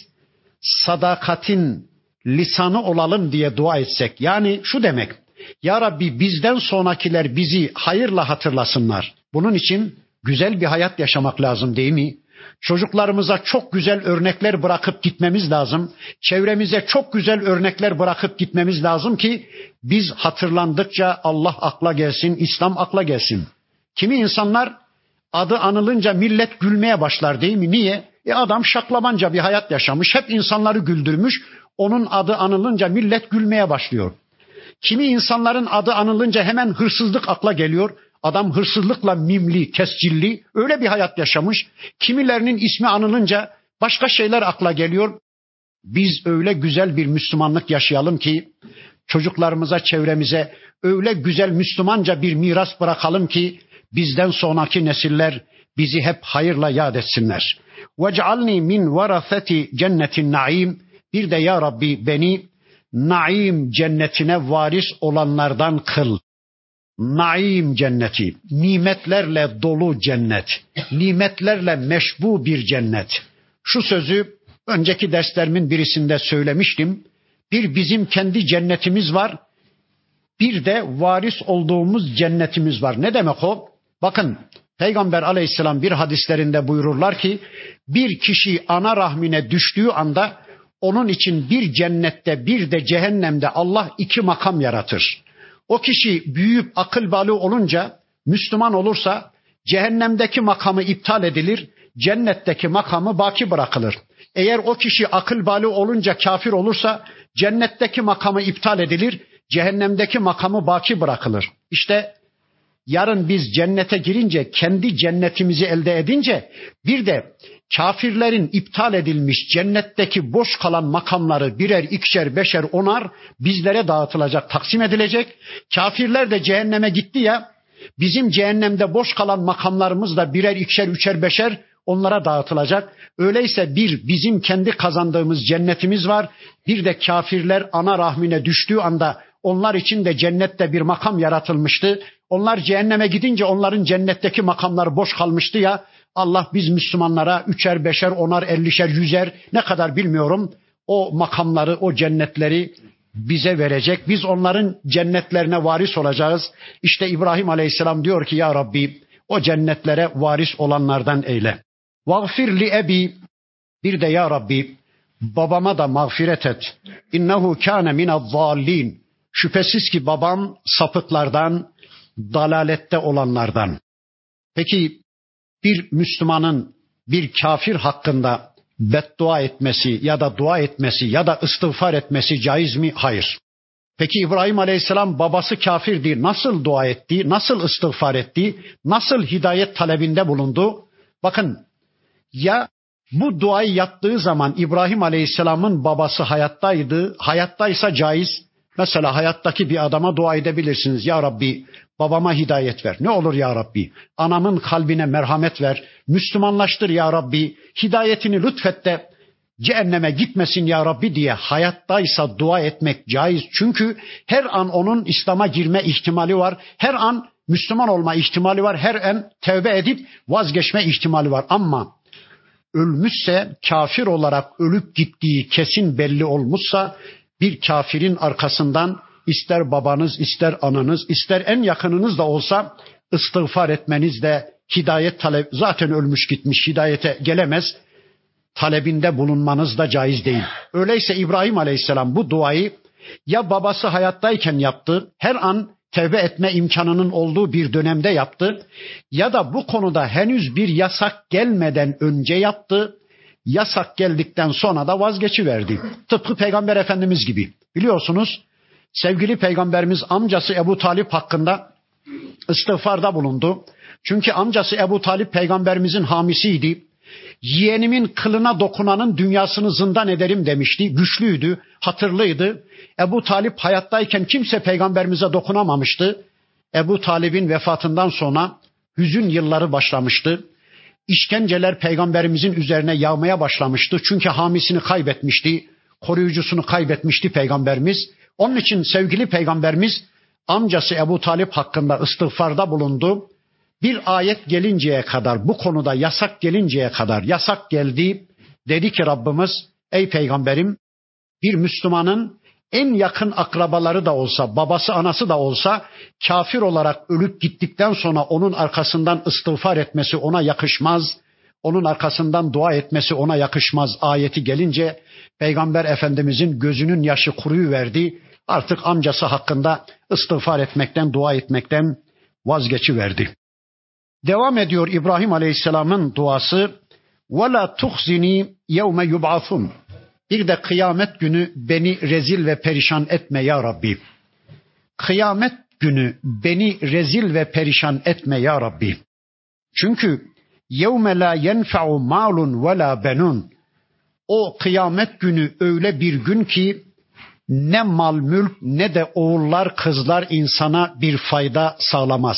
sadakatin lisanı olalım diye dua etsek. Yani şu demek, ya Rabbi bizden sonrakiler bizi hayırla hatırlasınlar. Bunun için güzel bir hayat yaşamak lazım değil mi? Çocuklarımıza çok güzel örnekler bırakıp gitmemiz lazım. Çevremize çok güzel örnekler bırakıp gitmemiz lazım ki biz hatırlandıkça Allah akla gelsin, İslam akla gelsin. Kimi insanlar adı anılınca millet gülmeye başlar değil mi? Niye? E adam şaklabanca bir hayat yaşamış, hep insanları güldürmüş. Onun adı anılınca millet gülmeye başlıyor. Kimi insanların adı anılınca hemen hırsızlık akla geliyor. Adam hırsızlıkla mimli, tescilli öyle bir hayat yaşamış. Kimilerinin ismi anılınca başka şeyler akla geliyor. Biz öyle güzel bir Müslümanlık yaşayalım ki çocuklarımıza, çevremize öyle güzel Müslümanca bir miras bırakalım ki bizden sonraki nesiller bizi hep hayırla yad etsinler. وَجْعَلْنِي مِنْ وَرَثَةِ cennetin naim. Bir de ya Rabbi beni naim cennetine varis olanlardan kıl. Naim cenneti, nimetlerle dolu cennet, nimetlerle meşbu bir cennet. Şu sözü önceki derslerimin birisinde söylemiştim. Bir bizim kendi cennetimiz var, bir de varis olduğumuz cennetimiz var. Ne demek o? Bakın, Peygamber aleyhisselam bir hadislerinde buyururlar ki, bir kişi ana rahmine düştüğü anda onun için bir cennette bir de cehennemde Allah iki makam yaratır. O kişi büyüyüp akıl balığı olunca, Müslüman olursa cehennemdeki makamı iptal edilir, cennetteki makamı baki bırakılır. Eğer o kişi akıl balığı olunca kafir olursa cennetteki makamı iptal edilir, cehennemdeki makamı baki bırakılır. İşte yarın biz cennete girince, kendi cennetimizi elde edince bir de kafirlerin iptal edilmiş cennetteki boş kalan makamları birer, ikişer, beşer, onar bizlere dağıtılacak, taksim edilecek. Kafirler de cehenneme gitti ya, bizim cehennemde boş kalan makamlarımız da birer, ikişer, üçer, beşer onlara dağıtılacak. Öyleyse bir bizim kendi kazandığımız cennetimiz var. Bir de kafirler ana rahmine düştüğü anda onlar için de cennette bir makam yaratılmıştı. Onlar cehenneme gidince onların cennetteki makamlar boş kalmıştı ya. Allah biz Müslümanlara üçer, beşer, onar, ellişer, yüzer ne kadar bilmiyorum o makamları, o cennetleri bize verecek. Biz onların cennetlerine varis olacağız. İşte İbrahim Aleyhisselam diyor ki ya Rabbi o cennetlere varis olanlardan eyle. Vagfir li ebi, bir de ya Rabbi babama da mağfiret et. İnnehu kâne minezzâllîn. Şüphesiz ki babam sapıklardan, dalalette olanlardan. Peki bir Müslümanın bir kafir hakkında beddua etmesi ya da dua etmesi ya da istiğfar etmesi caiz mi? Hayır. Peki İbrahim Aleyhisselam babası kafirdi. Nasıl dua etti? Nasıl istiğfar etti? Nasıl hidayet talebinde bulundu? Bakın ya bu duayı yaptığı zaman İbrahim Aleyhisselam'ın babası hayattaydı. Hayattaysa caiz. Mesela hayattaki bir adama dua edebilirsiniz. Ya Rabbi babama hidayet ver. Ne olur ya Rabbi? Anamın kalbine merhamet ver. Müslümanlaştır ya Rabbi. Hidayetini lütfet de cehenneme gitmesin ya Rabbi diye hayattaysa dua etmek caiz. Çünkü her an onun İslam'a girme ihtimali var. Her an Müslüman olma ihtimali var. Her an tevbe edip vazgeçme ihtimali var. Ama ölmüşse, kafir olarak ölüp gittiği kesin belli olmuşsa bir kafirin arkasından ister babanız, ister ananız, ister en yakınınız da olsa istiğfar etmeniz de hidayet talep, zaten ölmüş gitmiş hidayete gelemez, talebinde bulunmanız da caiz değil. Öyleyse İbrahim Aleyhisselam bu duayı ya babası hayattayken yaptı, her an tevbe etme imkanının olduğu bir dönemde yaptı ya da bu konuda henüz bir yasak gelmeden önce yaptı. Yasak geldikten sonra da vazgeçiverdi. Tıpkı Peygamber Efendimiz gibi. Biliyorsunuz sevgili Peygamberimiz amcası Ebu Talip hakkında istiğfarda bulundu. Çünkü amcası Ebu Talip Peygamberimizin hamisiydi. Yeğenimin kılına dokunanın dünyasını zindan ederim demişti. Güçlüydü, hatırlıydı. Ebu Talip hayattayken kimse Peygamberimize dokunamamıştı. Ebu Talip'in vefatından sonra hüzün yılları başlamıştı. İşkenceler Peygamberimizin üzerine yağmaya başlamıştı. Çünkü hamisini kaybetmişti, koruyucusunu kaybetmişti Peygamberimiz. Onun için sevgili Peygamberimiz amcası Ebu Talip hakkında istiğfarda bulundu. Bir ayet gelinceye kadar, bu konuda yasak gelinceye kadar, yasak geldi. Dedi ki Rabbimiz, ey Peygamberim, bir Müslümanın en yakın akrabaları da olsa, babası anası da olsa kafir olarak ölüp gittikten sonra onun arkasından istiğfar etmesi ona yakışmaz. Onun arkasından dua etmesi ona yakışmaz ayeti gelince Peygamber Efendimizin gözünün yaşı kuruyuverdi. Artık amcası hakkında istiğfar etmekten, dua etmekten vazgeçiverdi. Devam ediyor İbrahim Aleyhisselam'ın duası. وَلَا تُخْزِنِي يَوْمَ يُبْعَثُونَ. Bir de kıyamet günü beni rezil ve perişan etme ya Rabbi. Kıyamet günü beni rezil ve perişan etme ya Rabbi. Çünkü يَوْمَ لَا يَنْفَعُ مَالٌ وَلَا بَنُونَ. O kıyamet günü öyle bir gün ki ne mal mülk ne de oğullar kızlar insana bir fayda sağlamaz.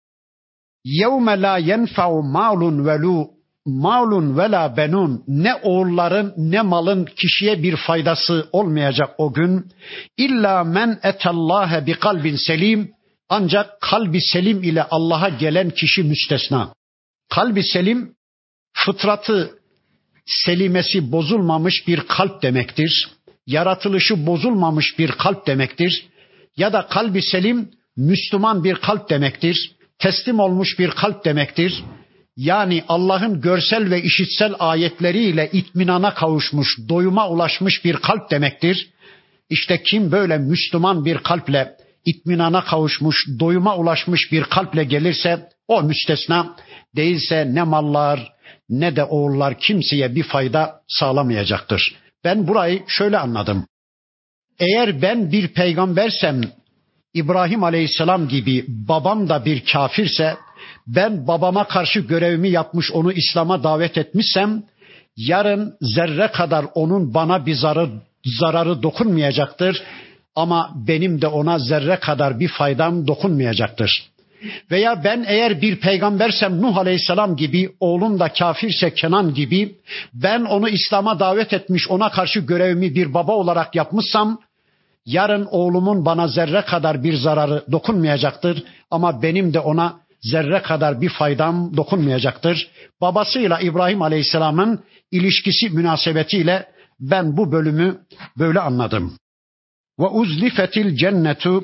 يَوْمَ لَا يَنْفَعُ مَالٌ وَلُوا malun ve la benun, ne oğulların ne malın kişiye bir faydası olmayacak o gün. İlla men etallâhe bi kalbin selim, ancak kalbi selim ile Allah'a gelen kişi müstesna. Kalbi selim, fıtratı selimesi bozulmamış bir kalp demektir. Yaratılışı bozulmamış bir kalp demektir. Ya da kalbi selim, Müslüman bir kalp demektir. Teslim olmuş bir kalp demektir. Yani Allah'ın görsel ve işitsel ayetleriyle itminana kavuşmuş, doyuma ulaşmış bir kalp demektir. İşte kim böyle Müslüman bir kalple itminana kavuşmuş, doyuma ulaşmış bir kalple gelirse o müstesna, değilse ne mallar ne de oğullar kimseye bir fayda sağlamayacaktır. Ben burayı şöyle anladım. Eğer ben bir peygambersem, İbrahim Aleyhisselam gibi babam da bir kafirse, ben babama karşı görevimi yapmış, onu İslam'a davet etmişsem, yarın zerre kadar onun bana bir zararı, zararı dokunmayacaktır. Ama benim de ona zerre kadar bir faydam dokunmayacaktır. Veya ben eğer bir peygambersem Nuh Aleyhisselam gibi, oğlum da kafirse Kenan gibi, ben onu İslam'a davet etmiş, ona karşı görevimi bir baba olarak yapmışsam, yarın oğlumun bana zerre kadar bir zararı dokunmayacaktır. Ama benim de ona zerre kadar bir faydam dokunmayacaktır. Babasıyla İbrahim Aleyhisselam'ın ilişkisi münasebetiyle ben bu bölümü böyle anladım. Ve uzlifetil cennetu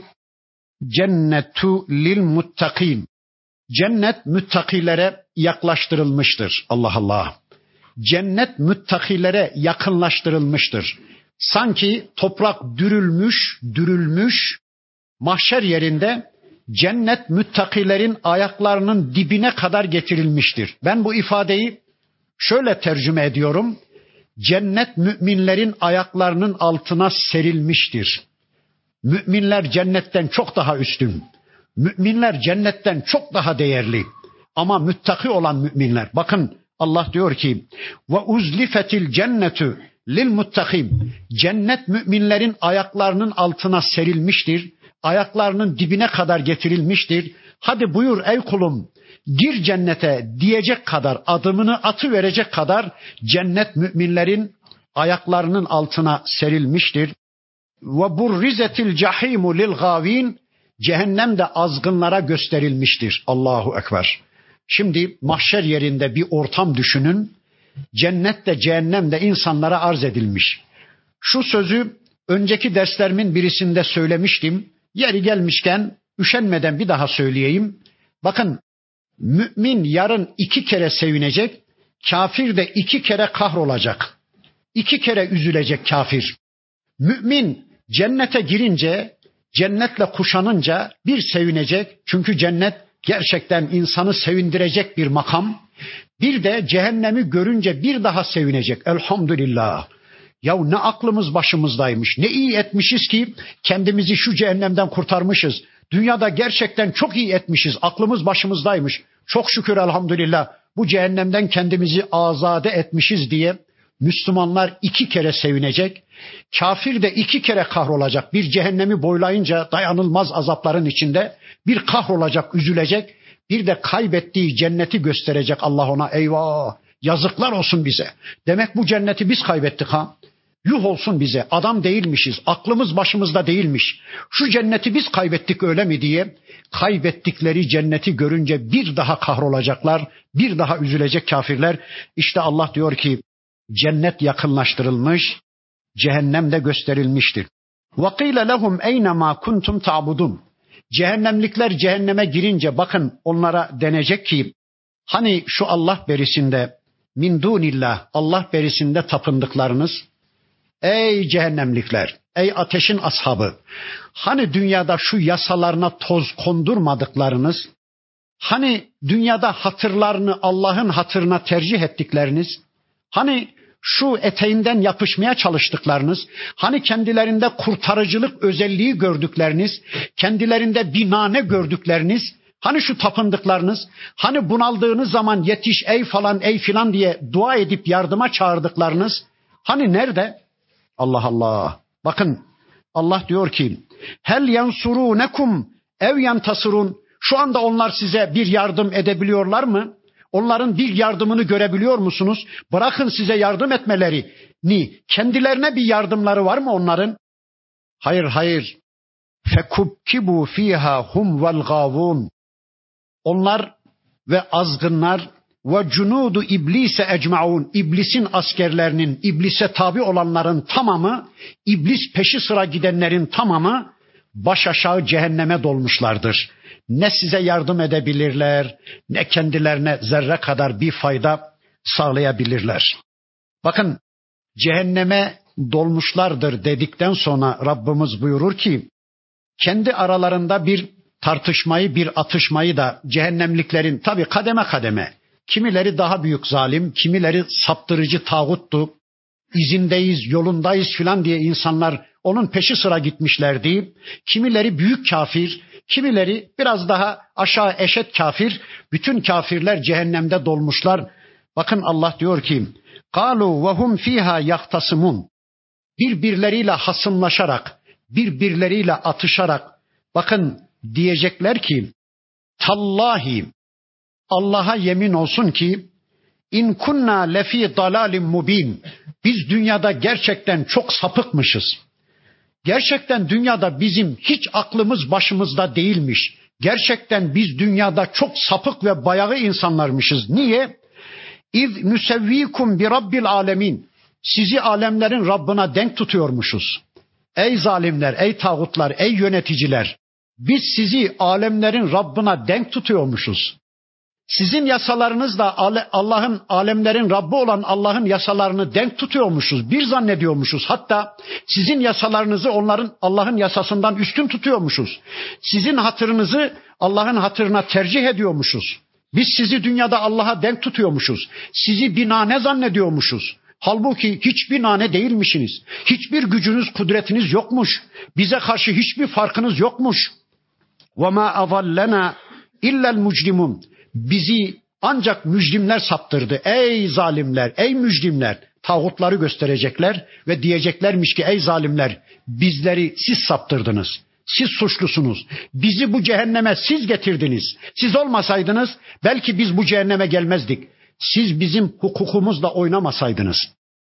cennetu lil muttakin. Cennet müttakilere yaklaştırılmıştır. Allah Allah. Cennet müttakilere yakınlaştırılmıştır. Sanki toprak dürülmüş, dürülmüş, mahşer yerinde cennet müttakilerin ayaklarının dibine kadar getirilmiştir. Ben bu ifadeyi şöyle tercüme ediyorum. Cennet müminlerin ayaklarının altına serilmiştir. Müminler cennetten çok daha üstün. Müminler cennetten çok daha değerli. Ama müttaki olan müminler. Bakın Allah diyor ki: "Ve uzlifetil cennetu lil muttakin." Cennet müminlerin ayaklarının altına serilmiştir. Ayaklarının dibine kadar getirilmiştir. Hadi buyur ey kulum, gir cennete diyecek kadar, adımını atıverecek kadar cennet müminlerin ayaklarının altına serilmiştir. Ve burrizetil cahimu lil gavin. Cehennem de azgınlara gösterilmiştir. Allahu ekber. Şimdi mahşer yerinde bir ortam düşünün. Cennet de cehennem de insanlara arz edilmiş. Şu sözü önceki derslerimin birisinde söylemiştim. Yeri gelmişken üşenmeden bir daha söyleyeyim. Bakın, mümin yarın iki kere sevinecek, kafir de iki kere kahrolacak. İki kere üzülecek kafir. Mümin cennete girince, cennetle kuşanınca bir sevinecek. Çünkü cennet gerçekten insanı sevindirecek bir makam. Bir de cehennemi görünce bir daha sevinecek. Elhamdülillah. Ya ne aklımız başımızdaymış. Ne iyi etmişiz ki kendimizi şu cehennemden kurtarmışız. Dünyada gerçekten çok iyi etmişiz. Aklımız başımızdaymış. Çok şükür elhamdülillah bu cehennemden kendimizi azade etmişiz diye Müslümanlar iki kere sevinecek. Kafir de iki kere kahrolacak. Bir cehennemi boylayınca dayanılmaz azapların içinde bir kahrolacak, üzülecek. Bir de kaybettiği cenneti gösterecek Allah ona. Eyvah, yazıklar olsun bize. Demek bu cenneti biz kaybettik ha. Yuh olsun bize, adam değilmişiz, aklımız başımızda değilmiş. Şu cenneti biz kaybettik öyle mi diye kaybettikleri cenneti görünce bir daha kahrolacaklar, bir daha üzülecek kafirler. İşte Allah diyor ki cennet yakınlaştırılmış, cehennem de gösterilmiştir. وَقِيلَ لَهُمْ اَيْنَمَا كُنْتُمْ تَعْبُدُونَ. Cehennemlikler cehenneme girince bakın onlara denecek ki hani şu Allah berisinde min dunillah, Allah berisinde tapındıklarınız, ey cehennemlikler, ey ateşin ashabı, hani dünyada şu yasalarına toz kondurmadıklarınız, hani dünyada hatırlarını Allah'ın hatırına tercih ettikleriniz, hani şu eteğinden yapışmaya çalıştıklarınız, hani kendilerinde kurtarıcılık özelliği gördükleriniz, kendilerinde binane gördükleriniz, hani şu tapındıklarınız, hani bunaldığınız zaman yetiş ey falan ey filan diye dua edip yardıma çağırdıklarınız, hani nerede? Allah Allah. Bakın Allah diyor ki hel yansurunekum ev yantasirun. Şu anda onlar size bir yardım edebiliyorlar mı? Onların bir yardımını görebiliyor musunuz? Bırakın size yardım etmelerini. Kendilerine bir yardımları var mı onların? Hayır hayır. Fekubkibu fiha hum vel gavun. Onlar ve azgınlar ve cunudu iblise ecmaun. İblisin askerlerinin, iblise tabi olanların tamamı, iblis peşi sıra gidenlerin tamamı baş aşağı cehenneme dolmuşlardır. Ne size yardım edebilirler, ne kendilerine zerre kadar bir fayda sağlayabilirler. Bakın cehenneme dolmuşlardır dedikten sonra Rabbimiz buyurur ki kendi aralarında bir tartışmayı, bir atışmayı da cehennemliklerin tabii kademe kademe, kimileri daha büyük zalim, kimileri saptırıcı tağuttu, izindeyiz, yolundayız filan diye insanlar onun peşi sıra gitmişlerdi. Kimileri büyük kafir, kimileri biraz daha aşağı eşet kafir, bütün kafirler cehennemde dolmuşlar. Bakın Allah diyor ki, قَالُوا وَهُمْ ف۪يهَا يَخْتَصِمُونَ birbirleriyle hasımlaşarak, birbirleriyle atışarak, bakın diyecekler ki, tallahi, Allah'a yemin olsun ki, in kunna lefi dalalim mubin, biz dünyada gerçekten çok sapıkmışız. Gerçekten dünyada bizim hiç aklımız başımızda değilmiş. Gerçekten biz dünyada çok sapık ve bayağı insanlarmışız. Niye? İz nusevvikum bi rabbil alemin. Sizi alemlerin Rabbına denk tutuyormuşuz. Ey zalimler, ey tağutlar, ey yöneticiler. Biz sizi alemlerin Rabbına denk tutuyormuşuz. Sizin yasalarınızla Allah'ın, alemlerin Rabbi olan Allah'ın yasalarını denk tutuyormuşuz. Bir zannediyormuşuz. Hatta sizin yasalarınızı onların, Allah'ın yasasından üstün tutuyormuşuz. Sizin hatırınızı Allah'ın hatırına tercih ediyormuşuz. Biz sizi dünyada Allah'a denk tutuyormuşuz. Sizi binane zannediyormuşuz. Halbuki hiçbir nane değilmişsiniz. Hiçbir gücünüz, kudretiniz yokmuş. Bize karşı hiçbir farkınız yokmuş. وَمَا أَضَلَّنَا اِلَّا الْمُجْرِمُونَ Bizi ancak mücrimler saptırdı. Ey zalimler, ey mücrimler. Tağutları gösterecekler ve diyeceklermiş ki ey zalimler, bizleri siz saptırdınız. Siz suçlusunuz. Bizi bu cehenneme siz getirdiniz. Siz olmasaydınız belki biz bu cehenneme gelmezdik. Siz bizim hukukumuzla oynamasaydınız.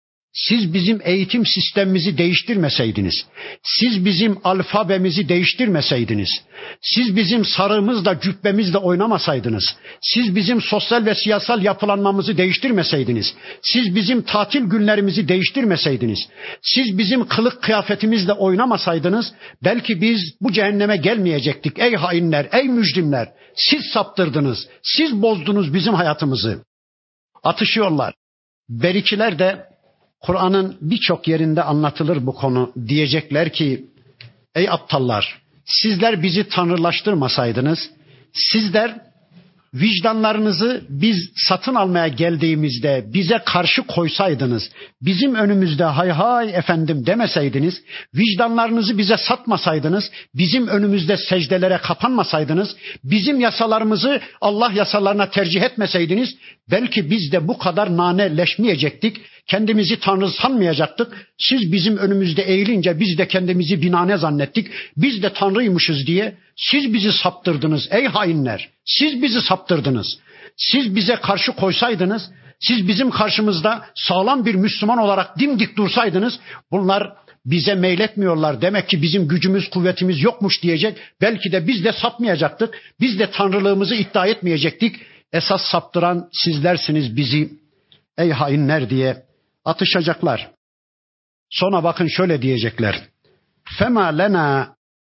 Siz bizim eğitim sistemimizi değiştirmeseydiniz. Siz bizim alfabemizi değiştirmeseydiniz. Siz bizim sarığımızla, cübbemizle oynamasaydınız. Siz bizim sosyal ve siyasal yapılanmamızı değiştirmeseydiniz. Siz bizim tatil günlerimizi değiştirmeseydiniz. Siz bizim kılık kıyafetimizle oynamasaydınız belki biz bu cehenneme gelmeyecektik. Ey hainler, ey mücrimler, siz saptırdınız. Siz bozdunuz bizim hayatımızı. Atışıyorlar. Berikiler de Kur'an'ın birçok yerinde anlatılır bu konu. Diyecekler ki ey aptallar, sizler bizi tanrılaştırmasaydınız, sizler vicdanlarınızı biz satın almaya geldiğimizde bize karşı koysaydınız, bizim önümüzde hay hay efendim demeseydiniz, vicdanlarınızı bize satmasaydınız, bizim önümüzde secdelere kapanmasaydınız, bizim yasalarımızı Allah yasalarına tercih etmeseydiniz, belki biz de bu kadar naneleşmeyecektik, kendimizi tanrı sanmayacaktık. Siz bizim önümüzde eğilince biz de kendimizi binane zannettik, biz de tanrıymışız diye siz bizi saptırdınız ey hainler. Siz bizi saptırdınız. Siz bize karşı koysaydınız, siz bizim karşımızda sağlam bir Müslüman olarak dimdik dursaydınız, bunlar bize meyletmiyorlar. Demek ki bizim gücümüz, kuvvetimiz yokmuş diyecek. Belki de biz de sapmayacaktık. Biz de tanrılığımızı iddia etmeyecektik. Esas saptıran sizlersiniz bizi ey hainler diye atışacaklar. Sonra bakın şöyle diyecekler. فَمَا لَنَا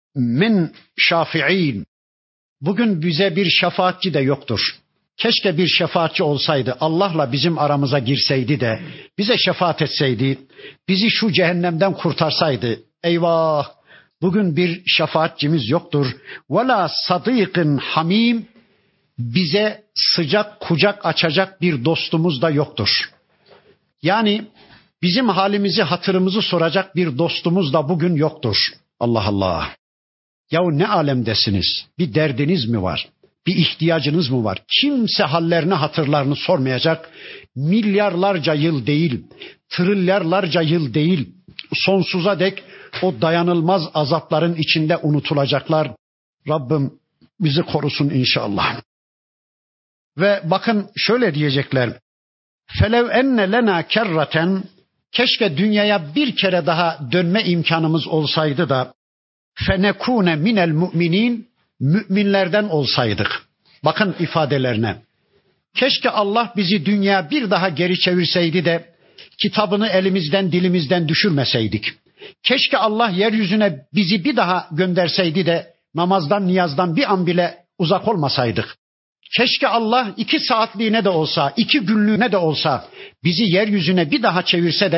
min şafi'in. Bugün bize bir şefaatçi de yoktur. Keşke bir şefaatçi olsaydı, Allah'la bizim aramıza girseydi de bize şefaat etseydi, bizi şu cehennemden kurtarsaydı. Eyvah! Bugün bir şefaatçimiz yoktur. وَلَا صَدِيقٍ hamim. Bize sıcak kucak açacak bir dostumuz da yoktur. Yani bizim halimizi, hatırımızı soracak bir dostumuz da bugün yoktur. Allah Allah! Yahu ne alemdesiniz? Bir derdiniz mi var? Bir ihtiyacınız mı var? Kimse hallerini, hatırlarını sormayacak. Milyarlarca yıl değil, trilyarlarca yıl değil, sonsuza dek o dayanılmaz azapların içinde unutulacaklar. Rabbim bizi korusun inşallah. Ve bakın şöyle diyecekler. Felev enne lena kerraten, keşke dünyaya bir kere daha dönme imkanımız olsaydı da fenekune minel müminin, müminlerden olsaydık. Bakın ifadelerine. Keşke Allah bizi dünyaya bir daha geri çevirseydi de kitabını elimizden, dilimizden düşürmeseydik. Keşke Allah yeryüzüne bizi bir daha gönderseydi de namazdan, niyazdan bir an bile uzak olmasaydık. Keşke Allah iki saatliğine de olsa, iki günlüğüne de olsa bizi yeryüzüne bir daha çevirse de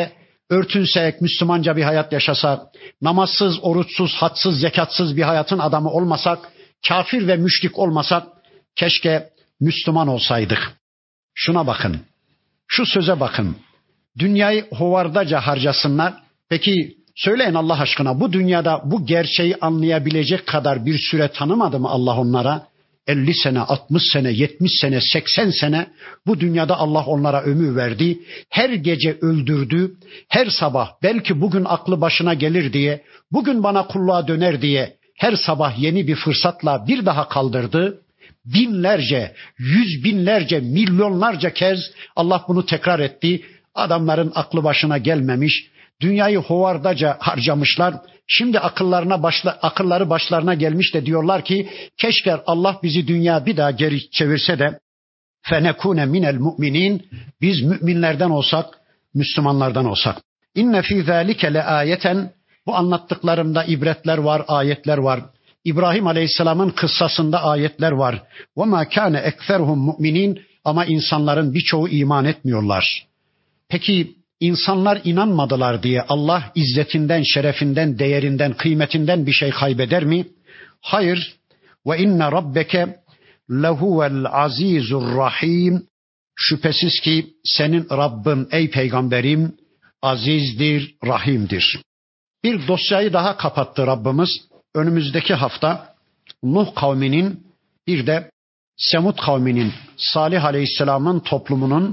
örtünsek, Müslümanca bir hayat yaşasak, namazsız, oruçsuz, hadsız, zekatsız bir hayatın adamı olmasak, kafir ve müşrik olmasak, keşke Müslüman olsaydık. Şuna bakın, şu söze bakın. Dünyayı hovardaca harcasınlar. Peki söyleyin Allah aşkına, bu dünyada bu gerçeği anlayabilecek kadar bir süre tanımadı mı Allah onlara? elli sene, altmış sene, yetmiş sene, seksen sene bu dünyada Allah onlara ömür verdi. Her gece öldürdü. Her sabah belki bugün aklı başına gelir diye, bugün bana kulluğa döner diye her sabah yeni bir fırsatla bir daha kaldırdı. Binlerce, yüz binlerce, milyonlarca kez Allah bunu tekrar etti. Adamların aklı başına gelmemiş. Dünyayı hovardaca harcamışlar. Şimdi akıllarına başla, akılları başlarına gelmiş de diyorlar ki keşke Allah bizi dünya bir daha geri çevirse de fenekune minel mu'minin, biz müminlerden olsak, Müslümanlardan olsak. İnne fî zâlike le ayeten, bu anlattıklarımda ibretler var, ayetler var. İbrahim Aleyhisselam'ın kıssasında ayetler var. Ve mâ kâne ekserhum mu'minin, ama insanların birçoğu iman etmiyorlar. Peki İnsanlar inanmadılar diye Allah izzetinden, şerefinden, değerinden, kıymetinden bir şey kaybeder mi? Hayır. Ve inne rabbeke lehuvel azizur rahim. Şüphesiz ki senin Rabbin ey peygamberim azizdir, rahimdir. Bir dosyayı daha kapattı Rabbimiz. Önümüzdeki hafta Nuh kavminin bir de Semud kavminin, Salih Aleyhisselam'ın toplumunun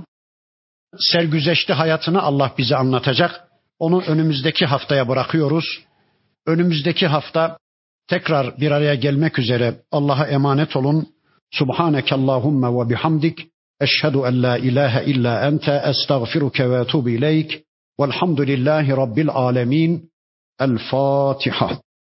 sergüzeşti hayatını Allah bize anlatacak. Onu önümüzdeki haftaya bırakıyoruz. Önümüzdeki hafta tekrar bir araya gelmek üzere Allah'a emanet olun. Subhaneke Allahumma ve bihamdik. Eşhedü en la ilahe illa ente estağfiruke ve etubu ileyk. Velhamdülillahi Rabbil alemin. El Fatiha.